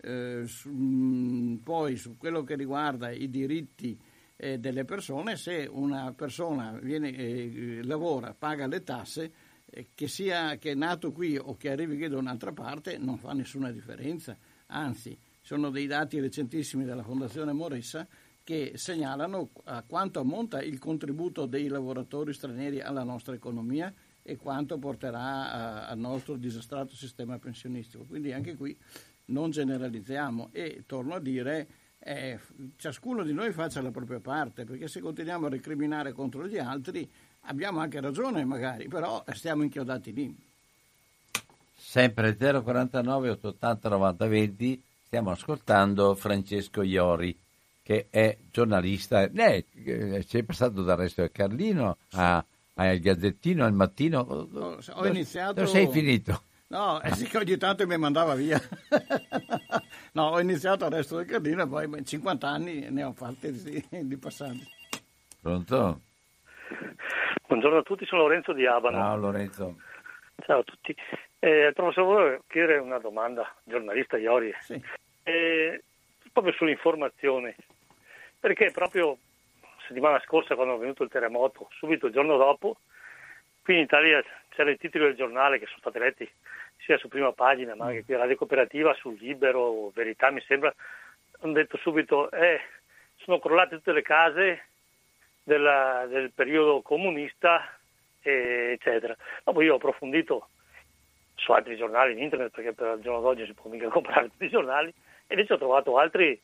Poi su quello che riguarda i diritti delle persone, se una persona lavora, paga le tasse, che è nato qui o che arrivi qui da un'altra parte, non fa nessuna differenza, anzi sono dei dati recentissimi della Fondazione Moressa che segnalano a quanto ammonta il contributo dei lavoratori stranieri alla nostra economia e quanto porterà al nostro disastrato sistema pensionistico. Quindi anche qui non generalizziamo e torno a dire ciascuno di noi faccia la propria parte, perché se continuiamo a recriminare contro gli altri abbiamo anche ragione magari, però stiamo inchiodati lì. Sempre 049 880 90 20, stiamo ascoltando Francesco Iori, che è giornalista, c'è passato dal Resto del Carlino al Gazzettino, al Mattino. Ho iniziato... Dove sei finito? No, sì che ogni tanto mi mandava via. No, ho iniziato al Resto del Carlino e poi 50 anni ne ho fatti di passati. Pronto? Buongiorno a tutti, sono Lorenzo di Abano. Ciao Lorenzo. Ciao a tutti. Professor, volevo chiedere una domanda, giornalista Iori, sì. Proprio sull'informazione, perché proprio settimana scorsa, quando è venuto il terremoto, subito il giorno dopo, qui in Italia c'erano i titoli del giornale che sono stati letti sia su Prima Pagina ma anche qui a Radio Cooperativa, sul Libero, Verità mi sembra, hanno detto subito sono crollate tutte le case del periodo comunista, eccetera. Dopo io ho approfondito su altri giornali in internet, perché per il giorno d'oggi non si può mica comprare tutti i giornali, e invece ho trovato altri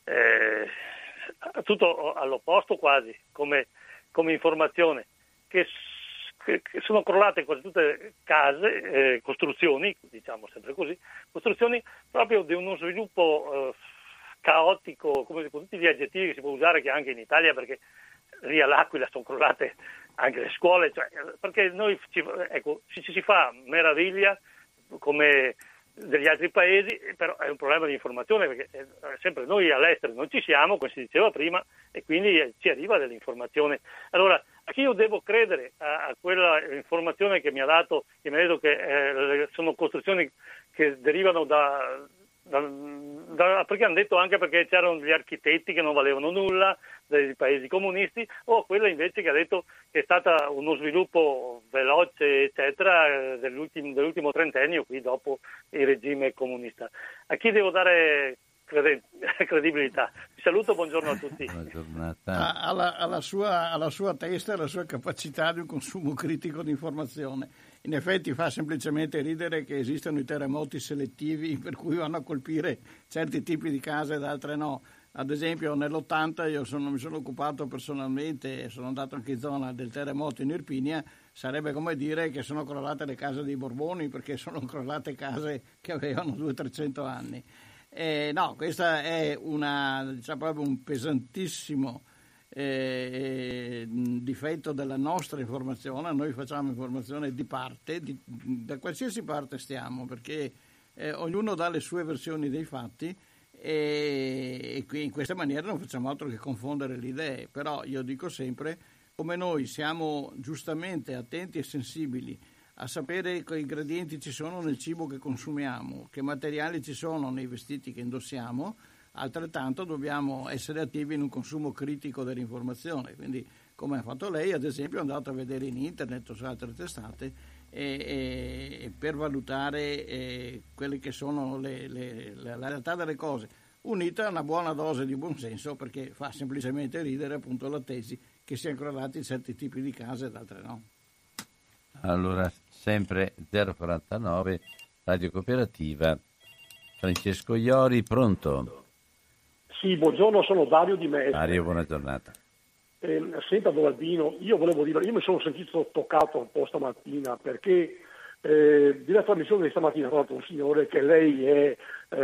tutto all'opposto quasi come informazione, che sono crollate quasi tutte case, costruzioni, diciamo sempre così, costruzioni proprio di uno sviluppo caotico, come con tutti gli aggettivi che si può usare che anche in Italia, perché lì all'Aquila sono crollate anche le scuole, cioè, perché noi si fa meraviglia come degli altri paesi, però è un problema di informazione, perché sempre noi all'estero non ci siamo, come si diceva prima, e quindi ci arriva dell'informazione. Allora, a chi io devo credere? A quella informazione che mi ha detto che sono costruzioni che derivano perché hanno detto anche perché c'erano degli architetti che non valevano nulla dei paesi comunisti, o quella invece che ha detto che è stata uno sviluppo veloce eccetera dell'ultimo trentennio qui dopo il regime comunista. A chi devo dare credibilità? Vi saluto, buongiorno a tutti. Buona giornata. Alla sua testa e alla sua capacità di un consumo critico di informazione. In effetti fa semplicemente ridere che esistano i terremoti selettivi per cui vanno a colpire certi tipi di case ed altre no. Ad esempio nell'80 mi sono occupato personalmente e sono andato anche in zona del terremoto in Irpinia. Sarebbe come dire che sono crollate le case dei Borboni, perché sono crollate case che avevano 200-300 anni. No, questa è proprio un pesantissimo difetto della nostra informazione. Noi facciamo informazione di parte, da qualsiasi parte stiamo, perché ognuno dà le sue versioni dei fatti e qui in questa maniera non facciamo altro che confondere le idee. Però io dico sempre, come noi siamo giustamente attenti e sensibili a sapere che ingredienti ci sono nel cibo che consumiamo, che materiali ci sono nei vestiti che indossiamo, altrettanto dobbiamo essere attivi in un consumo critico dell'informazione. Quindi, come ha fatto lei, ad esempio, è andato a vedere in internet o su altre testate e per valutare quelle che sono la realtà delle cose, unita a una buona dose di buonsenso, perché fa semplicemente ridere appunto la tesi che siano crollati certi tipi di case ed altre no. Allora, sempre 049 Radio Cooperativa. Francesco Iori, pronto? Sì, buongiorno, sono Dario di Mestre. Dario, buona giornata. Senta, Don Albino, io volevo dire, io mi sono sentito toccato un po' stamattina, perché nella trasmissione di stamattina ha fatto un signore che lei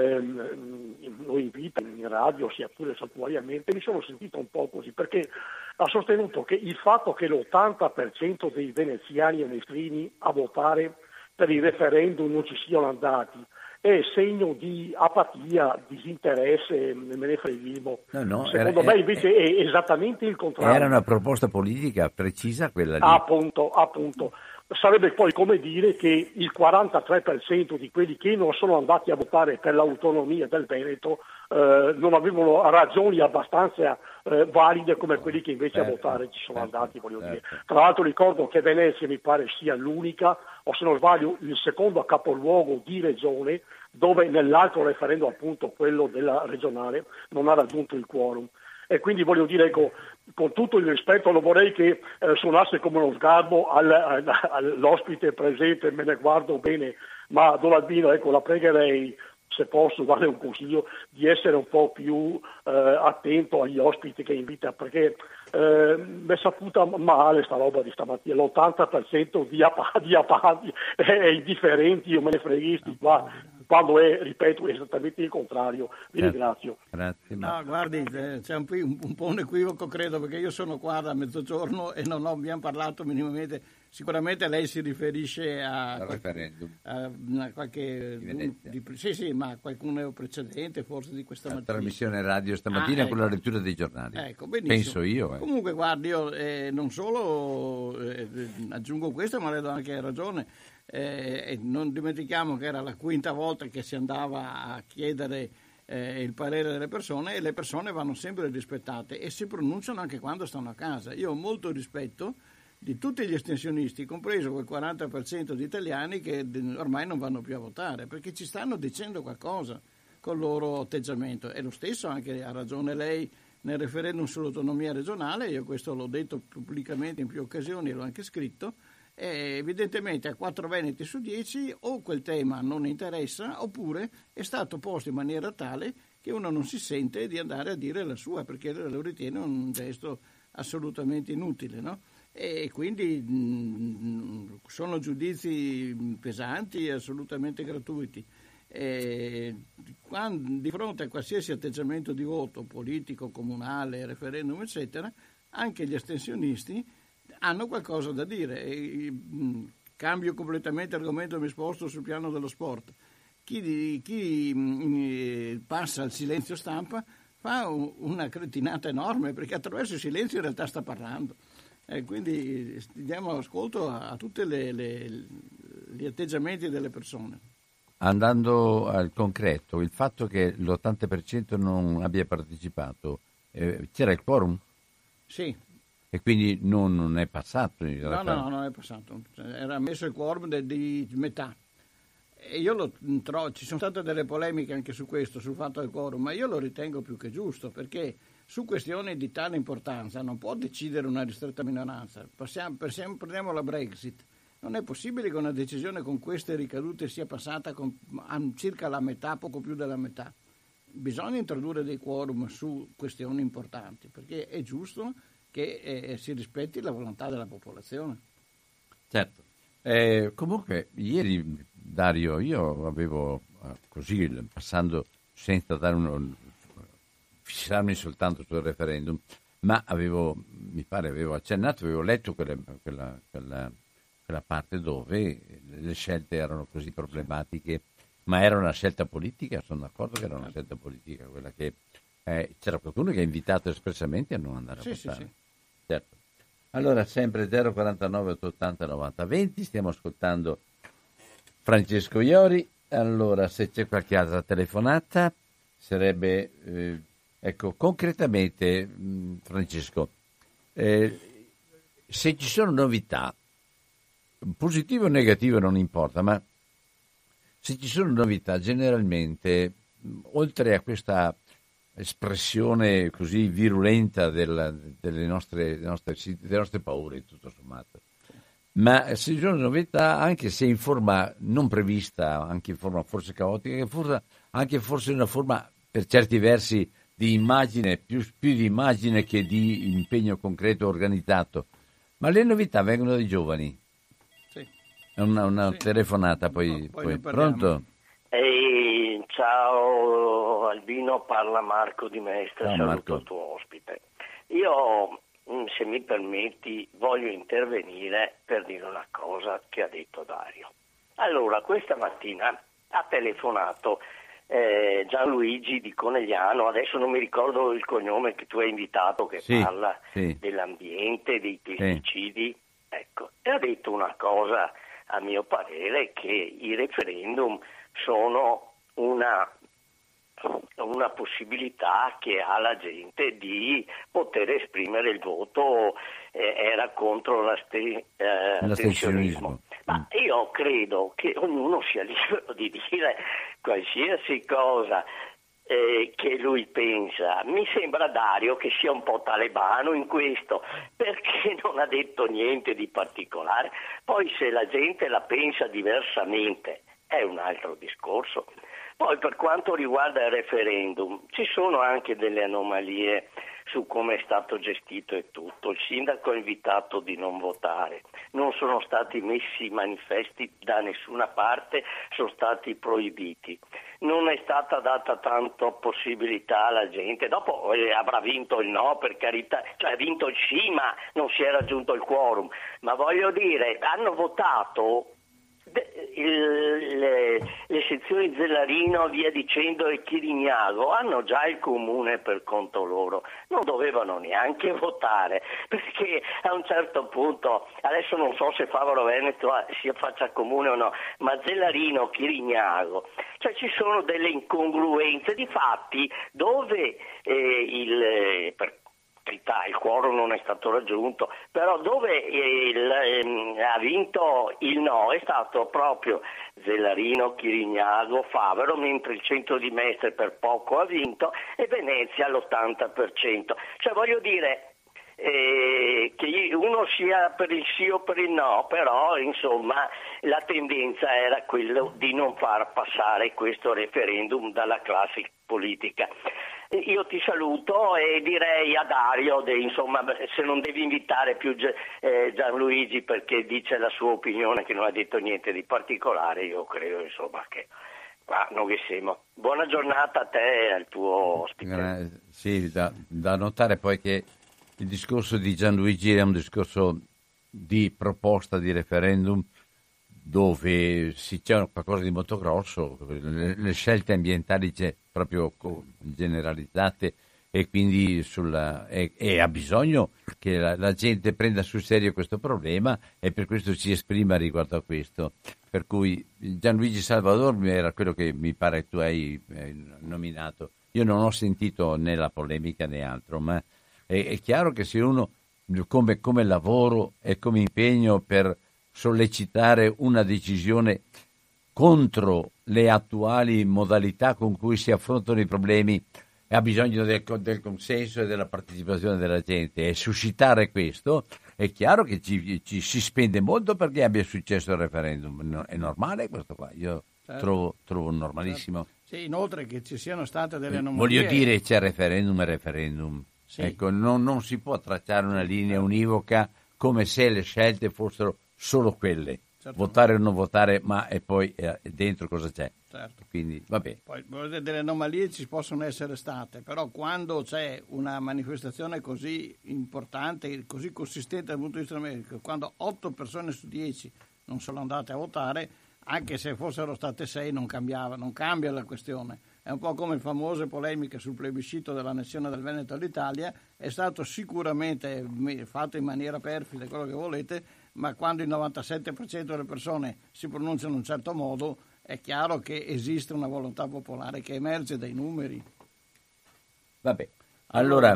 lo invita in radio, sia pure saltuariamente. Mi sono sentito un po' così, perché ha sostenuto che il fatto che l'80% dei veneziani e mestrini a votare per il referendum non ci siano andati è segno di apatia, disinteresse, menefreghismo. No, secondo me invece è esattamente il contrario. Era una proposta politica precisa quella lì. Appunto. Sarebbe poi come dire che il 43% di quelli che non sono andati a votare per l'autonomia del Veneto non avevano ragioni abbastanza valide come quelli che invece a votare ci sono andati, voglio dire. Tra l'altro ricordo che Venezia mi pare sia l'unica, o se non sbaglio il secondo capoluogo di regione, dove nell'altro referendum, appunto quello della regionale, non ha raggiunto il quorum. E quindi voglio dire, ecco, con tutto il rispetto, non vorrei che suonasse come uno sgarbo all'ospite presente, me ne guardo bene, ma Don Albino, ecco, la pregherei, se posso dare un consiglio, di essere un po' più attento agli ospiti che invita, perché mi è saputa male sta roba di stamattina, l'80% di apati e indifferenti, io me ne freghisti qua, quando è, ripeto, esattamente il contrario. Vi ringrazio. Grazie. No, guardi, c'è un po' un equivoco, credo, perché io sono qua da mezzogiorno e non abbiamo parlato minimamente. Sicuramente lei si riferisce al referendum. A qualche sì, ma qualcuno precedente, forse di questa mattina. La trasmissione radio stamattina con la lettura dei giornali. Ecco, benissimo. Penso io. Comunque, guardi, io non solo aggiungo questo, ma le do anche ragione. E non dimentichiamo che era la quinta volta che si andava a chiedere il parere delle persone, e le persone vanno sempre rispettate e si pronunciano anche quando stanno a casa. Io ho molto rispetto di tutti gli astensionisti, compreso quel 40% di italiani che ormai non vanno più a votare, perché ci stanno dicendo qualcosa col loro atteggiamento. E lo stesso anche, ha ragione lei, nel referendum sull'autonomia regionale, io questo l'ho detto pubblicamente in più occasioni e l'ho anche scritto. Evidentemente a 4 veneti su 10 o quel tema non interessa, oppure è stato posto in maniera tale che uno non si sente di andare a dire la sua, perché lo ritiene un gesto assolutamente inutile, no? E quindi sono giudizi pesanti e assolutamente gratuiti. di fronte a qualsiasi atteggiamento di voto politico, comunale, referendum, eccetera, anche gli astensionisti hanno qualcosa da dire. Cambio completamente argomento e mi sposto sul piano dello sport. Chi passa al silenzio stampa fa una cretinata enorme, perché attraverso il silenzio in realtà sta parlando. Quindi diamo ascolto a tutti gli atteggiamenti delle persone. Andando al concreto, il fatto che l'80% non abbia partecipato, c'era il quorum? Sì. E quindi non è passato? No, non è passato. Era messo il quorum di metà. E io ci sono state delle polemiche anche su questo, sul fatto del quorum, ma io lo ritengo più che giusto, perché su questioni di tale importanza non può decidere una ristretta minoranza. Prendiamo la Brexit. Non è possibile che una decisione con queste ricadute sia passata a circa la metà, poco più della metà. Bisogna introdurre dei quorum su questioni importanti, perché è giusto che si rispetti la volontà della popolazione. Certo. Comunque, ieri, Dario, io avevo così, passando senza fissarmi soltanto sul referendum, ma avevo accennato, avevo letto quella parte dove le scelte erano così problematiche, ma era una scelta politica, sono d'accordo che era una scelta politica, quella che c'era qualcuno che ha invitato espressamente a non andare a votare. Sì. Certo. Allora, sempre 049 880 90 20, stiamo ascoltando Francesco Iori. Allora, se c'è qualche altra telefonata, sarebbe, concretamente, Francesco, se ci sono novità, positive o negative non importa, ma se ci sono novità, generalmente, oltre a questa espressione così virulenta delle nostre paure, tutto sommato, ma se ci sono novità, anche se in forma non prevista, anche in forma forse caotica, anche forse in una forma per certi versi di immagine, più di immagine che di impegno concreto organizzato, ma le novità vengono dai giovani. Una telefonata, poi pronto? Ciao Albino, parla Marco di Mestre, saluto Marco. Il tuo ospite. Io, se mi permetti, voglio intervenire per dire una cosa che ha detto Dario. Allora, questa mattina ha telefonato Gianluigi di Conegliano, adesso non mi ricordo il cognome che tu hai invitato, che parla dell'ambiente, dei pesticidi, ecco, e ha detto una cosa, a mio parere, che i referendum sono una possibilità che ha la gente di poter esprimere il voto, era contro l'astensionismo. Ma io credo che ognuno sia libero di dire qualsiasi cosa che lui pensa. Mi sembra, Dario, che sia un po' talebano in questo, perché non ha detto niente di particolare. Poi se la gente la pensa diversamente è un altro discorso. Poi per quanto riguarda il referendum, ci sono anche delle anomalie su come è stato gestito e tutto. Il sindaco ha invitato di non votare, non sono stati messi manifesti da nessuna parte, sono stati proibiti. Non è stata data tanta possibilità alla gente, dopo avrà vinto il no, per carità, cioè ha vinto il sì, ma non si è raggiunto il quorum. Ma voglio dire, hanno votato le sezioni Zellarino, via dicendo, e Chirignago hanno già il comune per conto loro, non dovevano neanche votare, perché a un certo punto, adesso non so se Favaro Veneto si faccia comune o no, ma Zellarino, Chirignago, cioè ci sono delle incongruenze di fatti dove il quorum non è stato raggiunto, però dove ha vinto il no è stato proprio Zellarino, Chirignago, Favaro, mentre il centro di Mestre per poco ha vinto e Venezia all'80%. Cioè voglio dire che uno sia per il sì o per il no, però insomma la tendenza era quello di non far passare questo referendum dalla classe politica. Io ti saluto e direi a Dario, insomma, se non devi invitare più Gianluigi perché dice la sua opinione, che non ha detto niente di particolare, io credo insomma che Non che siamo. Buona giornata a te e al tuo ospite. Sì, da notare poi che il discorso di Gianluigi è un discorso di proposta di referendum dove c'è qualcosa di molto grosso, le scelte ambientali proprio generalizzate, e quindi ha bisogno che la gente prenda sul serio questo problema, e per questo si esprima riguardo a questo. Per cui Gianluigi Salvador era quello che mi pare tu hai nominato. Io non ho sentito né la polemica né altro, ma è chiaro che se uno come lavoro e come impegno per sollecitare una decisione contro le attuali modalità con cui si affrontano i problemi, ha bisogno del consenso e della partecipazione della gente, e suscitare questo è chiaro che ci si spende molto perché abbia successo il referendum. È normale questo qua, io trovo normalissimo. Certo. Sì, inoltre che ci siano state delle anomalie. Voglio dire, c'è referendum e referendum. Sì. Ecco, non si può tracciare una linea univoca come se le scelte fossero solo quelle. Certo. Votare o non votare, ma e poi dentro cosa c'è. Certo. Quindi, vabbè. Poi delle anomalie ci possono essere state, però quando c'è una manifestazione così importante, così consistente dal punto di vista medico, quando 8 persone su 10 non sono andate a votare, anche se fossero state 6 non cambia la questione. È un po' come le famose polemiche sul plebiscito dell'annessione del Veneto all'Italia, è stato sicuramente fatto in maniera perfida, quello che volete, ma quando il 97% delle persone si pronunciano in un certo modo, è chiaro che esiste una volontà popolare che emerge dai numeri. Vabbè, allora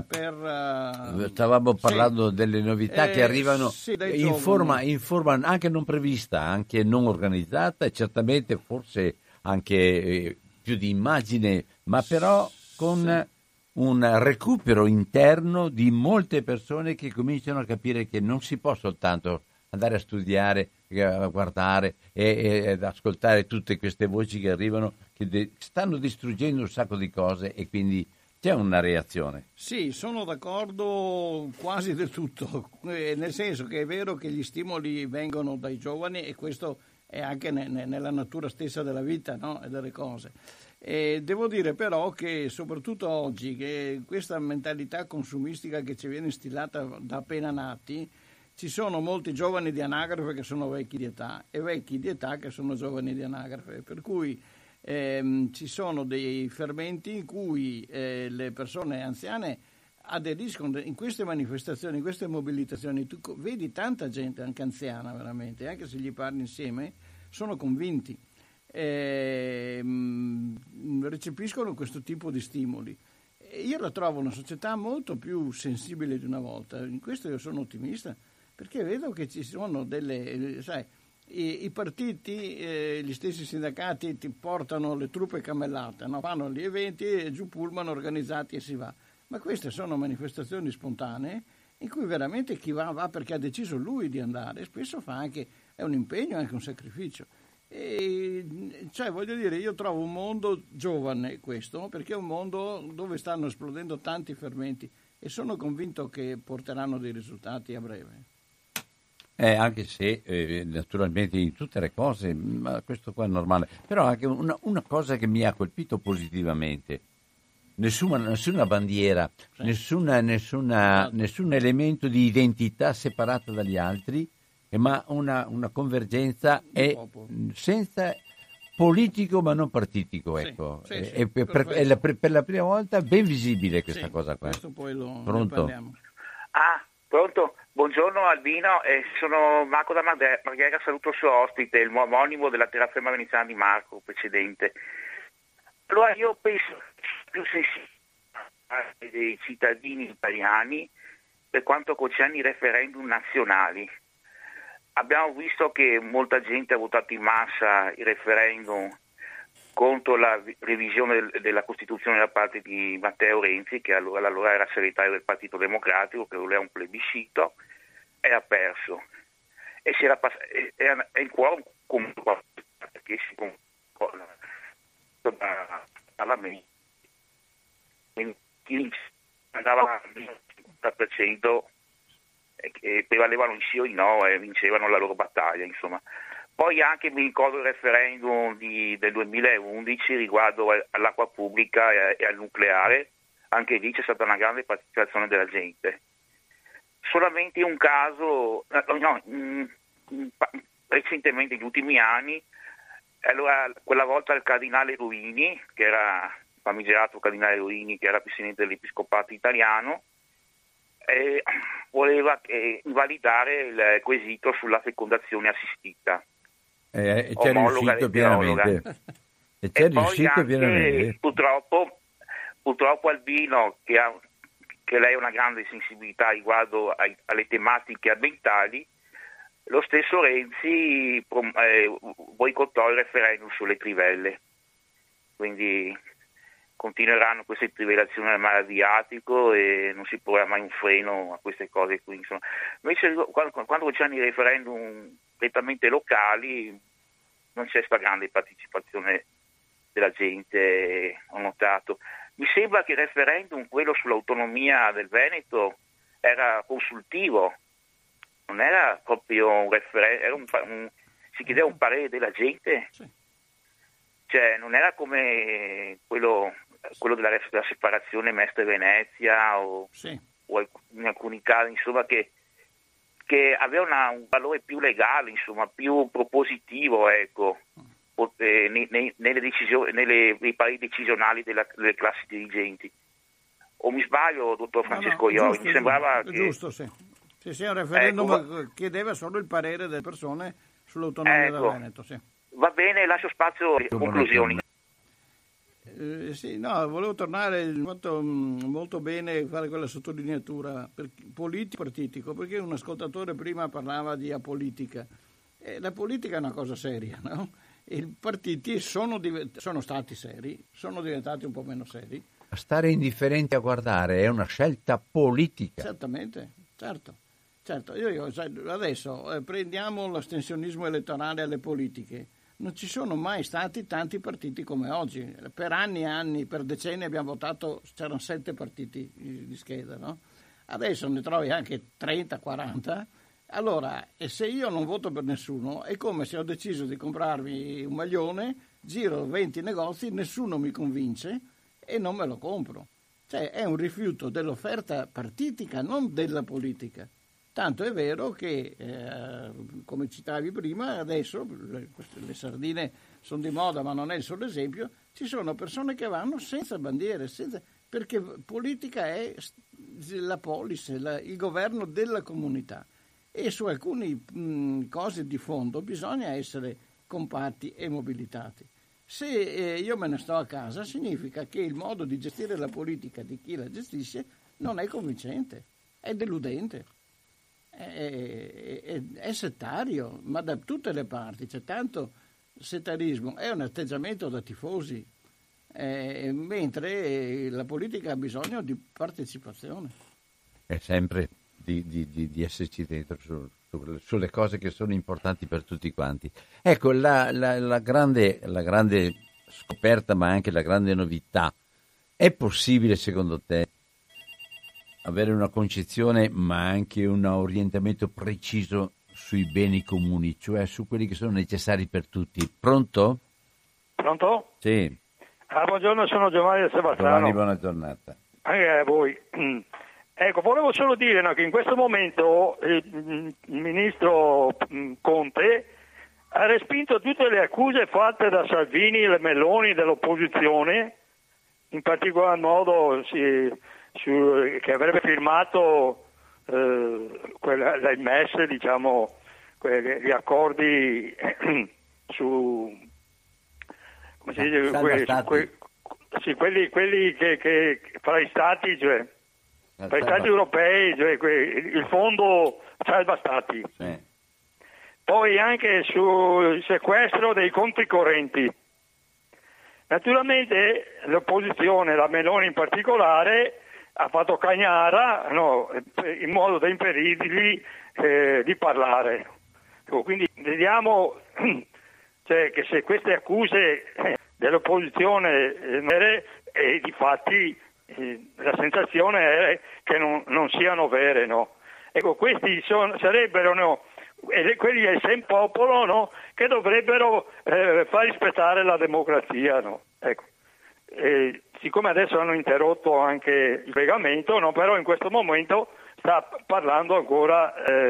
stavamo parlando sì, delle novità che arrivano in forma anche non prevista, anche non organizzata, e certamente forse anche più di immagine, ma però con un recupero interno di molte persone che cominciano a capire che non si può soltanto andare a studiare, a guardare e ad ascoltare tutte queste voci che arrivano, che stanno distruggendo un sacco di cose, e quindi c'è una reazione. Sì, sono d'accordo quasi del tutto, nel senso che è vero che gli stimoli vengono dai giovani, e questo è anche nella natura stessa della vita, no? E delle cose. E devo dire però che soprattutto oggi, che questa mentalità consumistica che ci viene instillata da appena nati, ci sono molti giovani di anagrafe che sono vecchi di età, e vecchi di età che sono giovani di anagrafe, per cui ci sono dei fermenti in cui le persone anziane aderiscono in queste manifestazioni, in queste mobilitazioni. Tu vedi tanta gente, anche anziana veramente, anche se gli parli insieme, sono convinti, recepiscono questo tipo di stimoli. Io la trovo una società molto più sensibile di una volta, in questo io sono ottimista, perché vedo che ci sono delle, sai, i partiti, gli stessi sindacati ti portano le truppe cammellate, no? Fanno gli eventi e giù pullman organizzati e si va. Ma queste sono manifestazioni spontanee in cui veramente chi va perché ha deciso lui di andare, spesso è un impegno, anche un sacrificio. E, cioè, voglio dire, io trovo un mondo giovane questo, perché è un mondo dove stanno esplodendo tanti fermenti, e sono convinto che porteranno dei risultati a breve. Anche se naturalmente in tutte le cose, ma questo qua è normale, però anche una cosa che mi ha colpito positivamente: nessuna bandiera, nessun elemento di identità separata dagli altri, ma una convergenza senza politico ma non partitico, ecco. Sì, per la prima volta ben visibile questa cosa qua. Questo poi Pronto? Pronto? Buongiorno Albino, sono Marco da Marghera, saluto il suo ospite, il omonimo della terraferma veneziana di Marco precedente. Allora io penso più sensibile dei cittadini italiani per quanto concerne i referendum nazionali. Abbiamo visto che molta gente ha votato in massa il referendum contro la revisione della Costituzione da parte di Matteo Renzi, che allora era segretario del Partito Democratico, che voleva un plebiscito, e ha perso. E si era è in quorum comunque, perché si concorda Parlamento. Quindi chi andava al 50% e prevalevano i sì o i no e vincevano la loro battaglia, insomma. Poi anche mi ricordo il referendum del 2011 riguardo all'acqua pubblica e al nucleare, anche lì c'è stata una grande partecipazione della gente. Solamente un caso, recentemente, negli ultimi anni, allora quella volta il cardinale Ruini, che era il famigerato cardinale Ruini, che era presidente dell'Episcopato italiano, voleva invalidare il quesito sulla fecondazione assistita. E c'è riuscito pienamente. E c'è riuscito pienamente. Purtroppo Albino, che lei ha una grande sensibilità riguardo alle tematiche ambientali, lo stesso Renzi boicottò il referendum sulle trivelle. Quindi continueranno queste trivellazioni nel mare Adriatico e non si porrà mai un freno a queste cose qui. Insomma. Invece quando c'erano i referendum prettamente locali non c'è sta grande partecipazione della gente, ho notato. Mi sembra che il referendum, quello sull'autonomia del Veneto, era consultivo, non era proprio un referendum, si chiedeva un parere della gente, sì. Cioè non era come quello della separazione Mestre-Venezia o in alcuni casi, insomma, che aveva un valore più legale, insomma, più propositivo, ecco, nei pareri decisionali delle classi dirigenti. O mi sbaglio, dottor Francesco Iori? Mi sembrava che... Giusto, sì. Sì, un referendum chiedeva solo il parere delle persone sull'autonomia del Veneto, sì. Va bene, lascio spazio alle conclusioni. Volevo tornare molto bene fare quella sottolineatura politico-partitico, perché un ascoltatore prima parlava di apolitica. La politica è una cosa seria, no? I partiti sono stati seri, sono diventati un po' meno seri. Stare indifferenti a guardare è una scelta politica. Certamente, certo. Io adesso prendiamo l'astensionismo elettorale alle politiche. Non ci sono mai stati tanti partiti come oggi. Per anni e anni, per decenni abbiamo votato, c'erano 7 partiti di scheda, no? Adesso ne trovi anche 30, 40. Allora, e se io non voto per nessuno, è come se ho deciso di comprarmi un maglione, giro 20 negozi, nessuno mi convince e non me lo compro. Cioè è un rifiuto dell'offerta partitica, non della politica. Tanto è vero che, come citavi prima, adesso le sardine sono di moda, ma non è il solo esempio, ci sono persone che vanno senza bandiere, perché politica è la polis, il governo della comunità. E su alcune cose di fondo bisogna essere compatti e mobilitati. Se io me ne sto a casa, significa che il modo di gestire la politica di chi la gestisce non è convincente, è deludente. È settario, ma da tutte le parti c'è tanto settarismo, è un atteggiamento da tifosi, mentre la politica ha bisogno di partecipazione. È sempre di esserci dentro sulle cose che sono importanti per tutti quanti. Ecco, la grande scoperta, ma anche la grande novità, è possibile secondo te avere una concezione ma anche un orientamento preciso sui beni comuni, cioè su quelli che sono necessari per tutti? Pronto? Pronto? Sì. Buongiorno, sono Giovanni da Sebastiano. Giovanni, buona giornata. Anche a voi. Ecco, volevo solo dire che in questo momento il ministro Conte ha respinto tutte le accuse fatte da Salvini e Meloni dell'opposizione, in particolar modo che avrebbe firmato l'AIMS, diciamo, gli accordi su, come si dice, quelli che fra i stati, cioè fra i stati europei, cioè il fondo salva stati. Sì. Poi anche sul sequestro dei conti correnti. Naturalmente l'opposizione, la Meloni in particolare, ha fatto cagnara, in modo da impedirgli di parlare. Quindi vediamo che se queste accuse dell'opposizione e di fatti la sensazione è che non siano vere, no? Ecco, questi sarebbero quelli è sempre popolo, no? Che dovrebbero far rispettare la democrazia, no? Ecco. Siccome adesso hanno interrotto anche il collegamento, no? Però in questo momento sta parlando ancora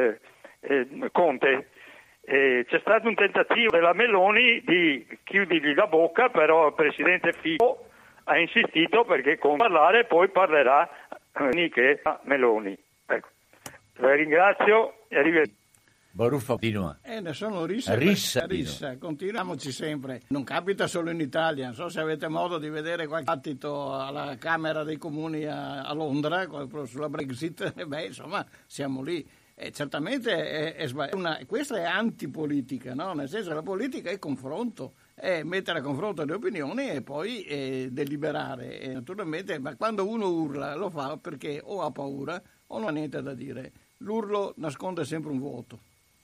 Conte. C'è stato un tentativo della Meloni di chiudergli la bocca, però il presidente Fico ha insistito perché con parlare poi parlerà che Meloni. Ecco. La ringrazio e arrivederci. Baruffa continua. Ne sono rissa. Continuiamoci sempre. Non capita solo in Italia. Non so se avete modo di vedere qualche dibattito alla Camera dei Comuni a Londra sulla Brexit. Insomma, siamo lì. Certamente questa è antipolitica, no? Nel senso che la politica è confronto, è mettere a confronto le opinioni e poi deliberare. E naturalmente, ma quando uno urla lo fa perché o ha paura o non ha niente da dire. L'urlo nasconde sempre un vuoto.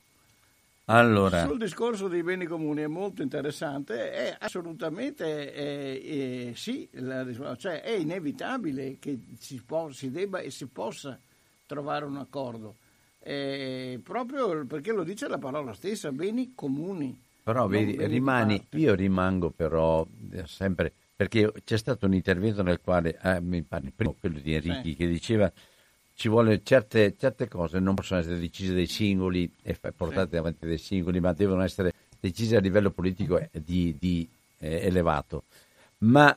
Allora. Sul discorso dei beni comuni è molto interessante, è assolutamente sì, cioè è inevitabile che si debba e si possa trovare un accordo, proprio perché lo dice la parola stessa, beni comuni. Però vedi, io rimango però sempre, perché c'è stato un intervento nel quale, mi pare il primo, quello di Enrichi, che diceva ci vuole certe cose non possono essere decise dai singoli e portate avanti dai singoli, ma devono essere decise a livello politico elevato. Ma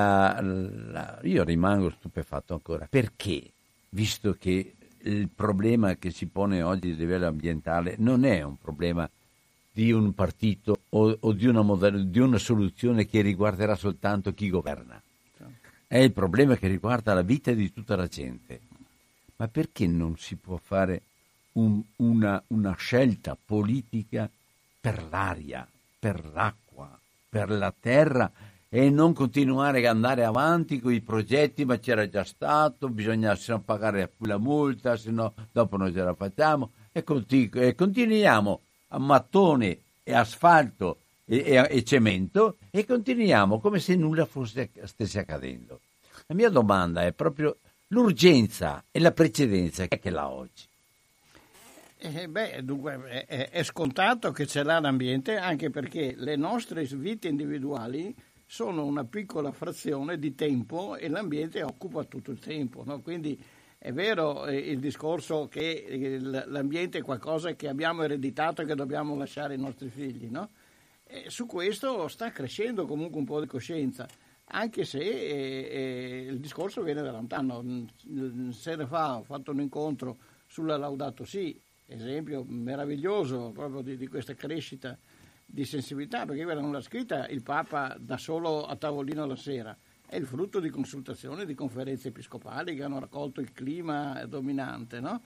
io rimango stupefatto ancora, perché, visto che il problema che si pone oggi a livello ambientale non è un problema di un partito o di una soluzione che riguarderà soltanto chi governa, è il problema che riguarda la vita di tutta la gente. Ma perché non si può fare una scelta politica per l'aria, per l'acqua, per la terra e non continuare ad andare avanti con i progetti, ma c'era già stato, bisogna pagare la multa, se no dopo non ce la facciamo e continuiamo a mattone e asfalto e cemento e continuiamo come se nulla stesse accadendo. La mia domanda è proprio l'urgenza e la precedenza che l'ha oggi. Dunque è scontato che ce l'ha l'ambiente, anche perché le nostre vite individuali sono una piccola frazione di tempo e l'ambiente occupa tutto il tempo, no? Quindi è vero il discorso che l'ambiente è qualcosa che abbiamo ereditato e che dobbiamo lasciare ai nostri figli, no? Su questo sta crescendo comunque un po' di coscienza, anche se il discorso viene da lontano. Sere fa ho fatto un incontro sulla Laudato Si, esempio meraviglioso proprio di questa crescita di sensibilità, perché quella non l'ha scritta il Papa da solo a tavolino la sera, è il frutto di consultazioni, di conferenze episcopali che hanno raccolto il clima dominante, no?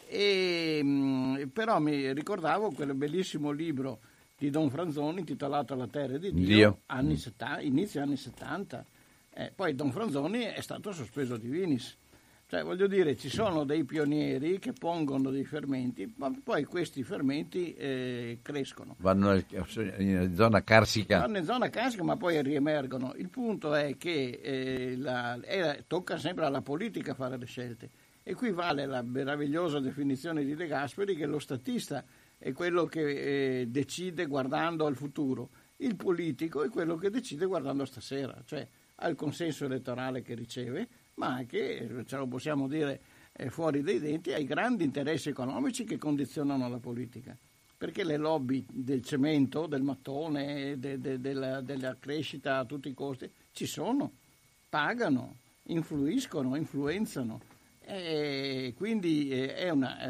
Però mi ricordavo quel bellissimo libro di Don Franzoni intitolato La terra di Dio. Inizio anni 70. Poi Don Franzoni è stato sospeso di Vinis. Cioè, voglio dire, ci sono dei pionieri che pongono dei fermenti, ma poi questi fermenti crescono. Vanno in zona carsica. Vanno in zona carsica, ma poi riemergono. Il punto è che tocca sempre alla politica fare le scelte. E qui vale la meravigliosa definizione di De Gasperi che lo statista è quello che decide guardando al futuro. Il politico è quello che decide guardando a stasera, cioè ha il consenso elettorale che riceve, ma anche, ce lo possiamo dire fuori dai denti, ai grandi interessi economici che condizionano la politica. Perché le lobby del cemento, del mattone, della crescita a tutti i costi, ci sono, pagano, influiscono, influenzano. Quindi è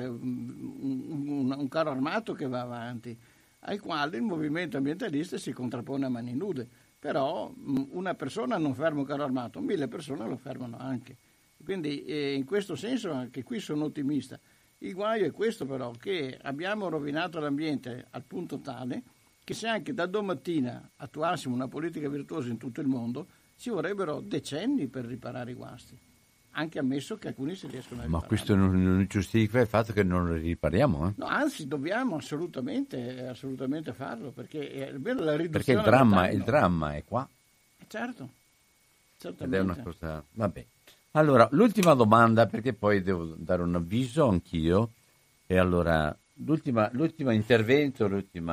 un carro armato che va avanti, al quale il movimento ambientalista si contrappone a mani nude. Però una persona non ferma un carro armato, 1000 persone lo fermano anche. Quindi in questo senso anche qui sono ottimista. Il guaio è questo però, che abbiamo rovinato l'ambiente al punto tale che se anche da domattina attuassimo una politica virtuosa in tutto il mondo ci vorrebbero decenni per riparare i guasti, anche ammesso che alcuni si riescono a riparare. Ma questo non giustifica il fatto che non lo ripariamo? No, anzi dobbiamo assolutamente farlo, perché è vero la riduzione. Perché il dramma è qua. Certo, certamente. Ed è una cosa. Vabbè. Allora, l'ultima domanda, perché poi devo dare un avviso anch'io, e allora l'ultimo intervento,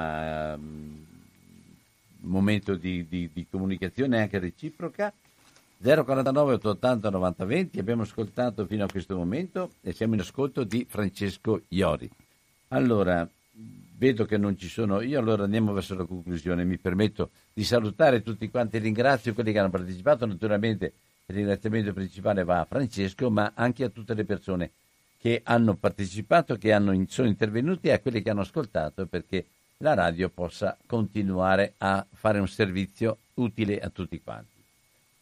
momento di comunicazione anche reciproca. 049 880 90 20, abbiamo ascoltato fino a questo momento e siamo in ascolto di Francesco Iori. Allora, vedo che non ci sono io, allora andiamo verso la conclusione. Mi permetto di salutare tutti quanti, ringrazio quelli che hanno partecipato, naturalmente il ringraziamento principale va a Francesco, ma anche a tutte le persone che hanno partecipato, che sono intervenuti, e a quelli che hanno ascoltato, perché la radio possa continuare a fare un servizio utile a tutti quanti.